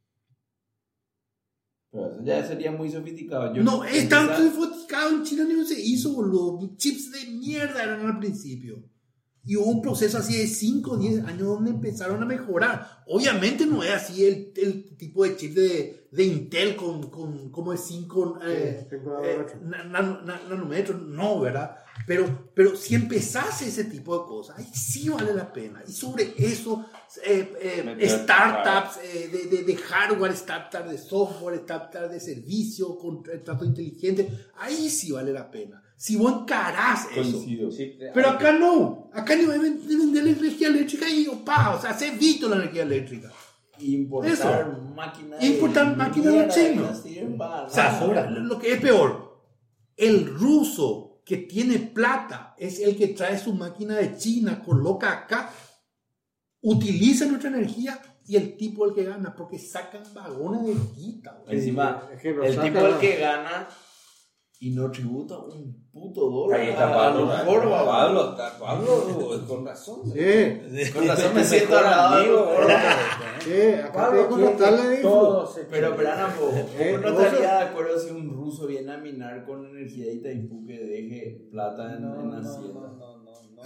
Pero eso ya sería muy sofisticado. Yo No, es tan empezar- sofisticado en China, ni se hizo, boludo. Chips de mierda eran al principio. Y hubo un proceso así de cinco o diez años donde empezaron a mejorar. Obviamente no es así el, el tipo de chip de, de Intel con, con como de cinco eh, cinco eh, nanómetros. na- na- na- nanómetros. No, ¿verdad? Pero, pero si empezase ese tipo de cosas, ahí sí vale la pena. Y sobre eso, eh, eh, Meter- startups eh, de, de, de hardware, startups de software, startups de servicio, con trato inteligente, ahí sí vale la pena. Si vos encarás eso. Coincido. Sí, Pero hay acá no. Acá ni va a ven- vender la energía eléctrica y opa, o sea, se evita la energía eléctrica. Importar Eso. máquinas. Importar de máquinas de mierda que chinos. no sirven para O sea, nada. lo que es peor, el ruso que tiene plata es el que trae su máquina de China, coloca acá, utiliza nuestra energía y el tipo el que gana, porque sacan vagones de guita. güey. Encima, Es que lo el sacan, tipo el ¿no? que gana y no tributa un puto dólar. Ahí está a Pablo. los ¿eh? Córdoba, Pablo, está Pablo, con razón. Sí, Con razón me siento al Mejor lado de amigo, los Córdoba. sí, acá Pablo te quiere contarle que todo se Pero, pero Ana, ¿vos Eh, no vos- estarías de acuerdo si un ruso viene a minar con energía de Itaipú que deje plata en, No, en no, Hacienda? no, no, no, no.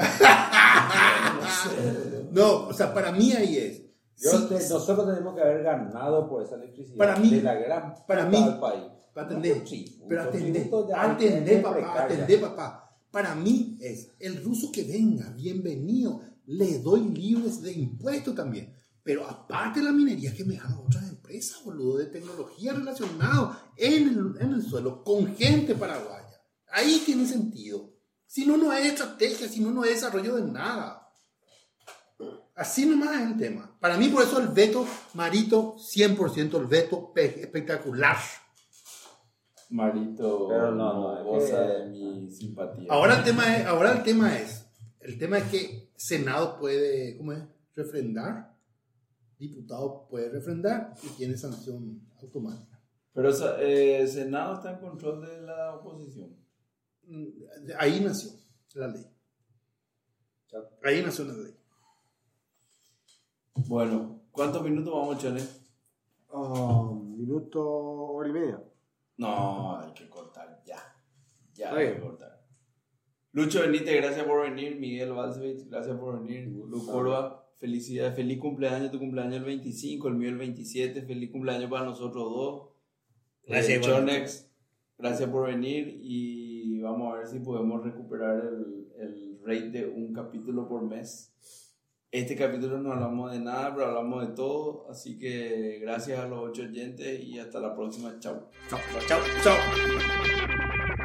No, o sea, para mí ahí es. Yo Sí, te- nosotros tenemos que haber ganado por esa electricidad Para mí- de la gran para puta mí- del país. Para atender, Sí, pero un atender, tributo ya hay que atender, tener papá, precaria. atender, papá. Para mí es el ruso que venga, bienvenido, le doy libres de impuestos también. Pero aparte de la minería, que me hagan otras empresas, boludo, de tecnología relacionado en el, en el suelo, con gente paraguaya. Ahí tiene sentido. Si no, no hay estrategia, si no, no hay desarrollo de nada. Así nomás es el tema. Para mí, por eso el veto, Marito, cien por ciento el veto, pe- espectacular. Marito, Pero no, no, es goza que- de mi simpatía. Ahora el tema es, ahora el tema es, el tema es que Senado puede, ¿cómo es? Refrendar, diputado puede refrendar y tiene sanción automática. Pero eh, Senado está en control de la oposición. Mm, Ahí nació la ley. Ahí nació la ley. Bueno, ¿cuántos minutos vamos a echarle? um, minuto, hora y media. No, hay que cortar ya. Ya Está hay bien. que cortar. Lucho Benítez, gracias por venir. Miguel Balcevich, gracias por venir. Lu Córdoba, felicidades. Feliz cumpleaños, tu cumpleaños el veinticinco, el mío el veintisiete. Feliz cumpleaños para nosotros dos. Gracias, Eh, igualmente. Chonex, gracias por venir y vamos a ver si podemos recuperar el, el rate de un capítulo por mes. Este capítulo no hablamos de nada, pero hablamos de todo. Así que gracias a los ocho oyentes y hasta la próxima. Chao. Chao. Chao.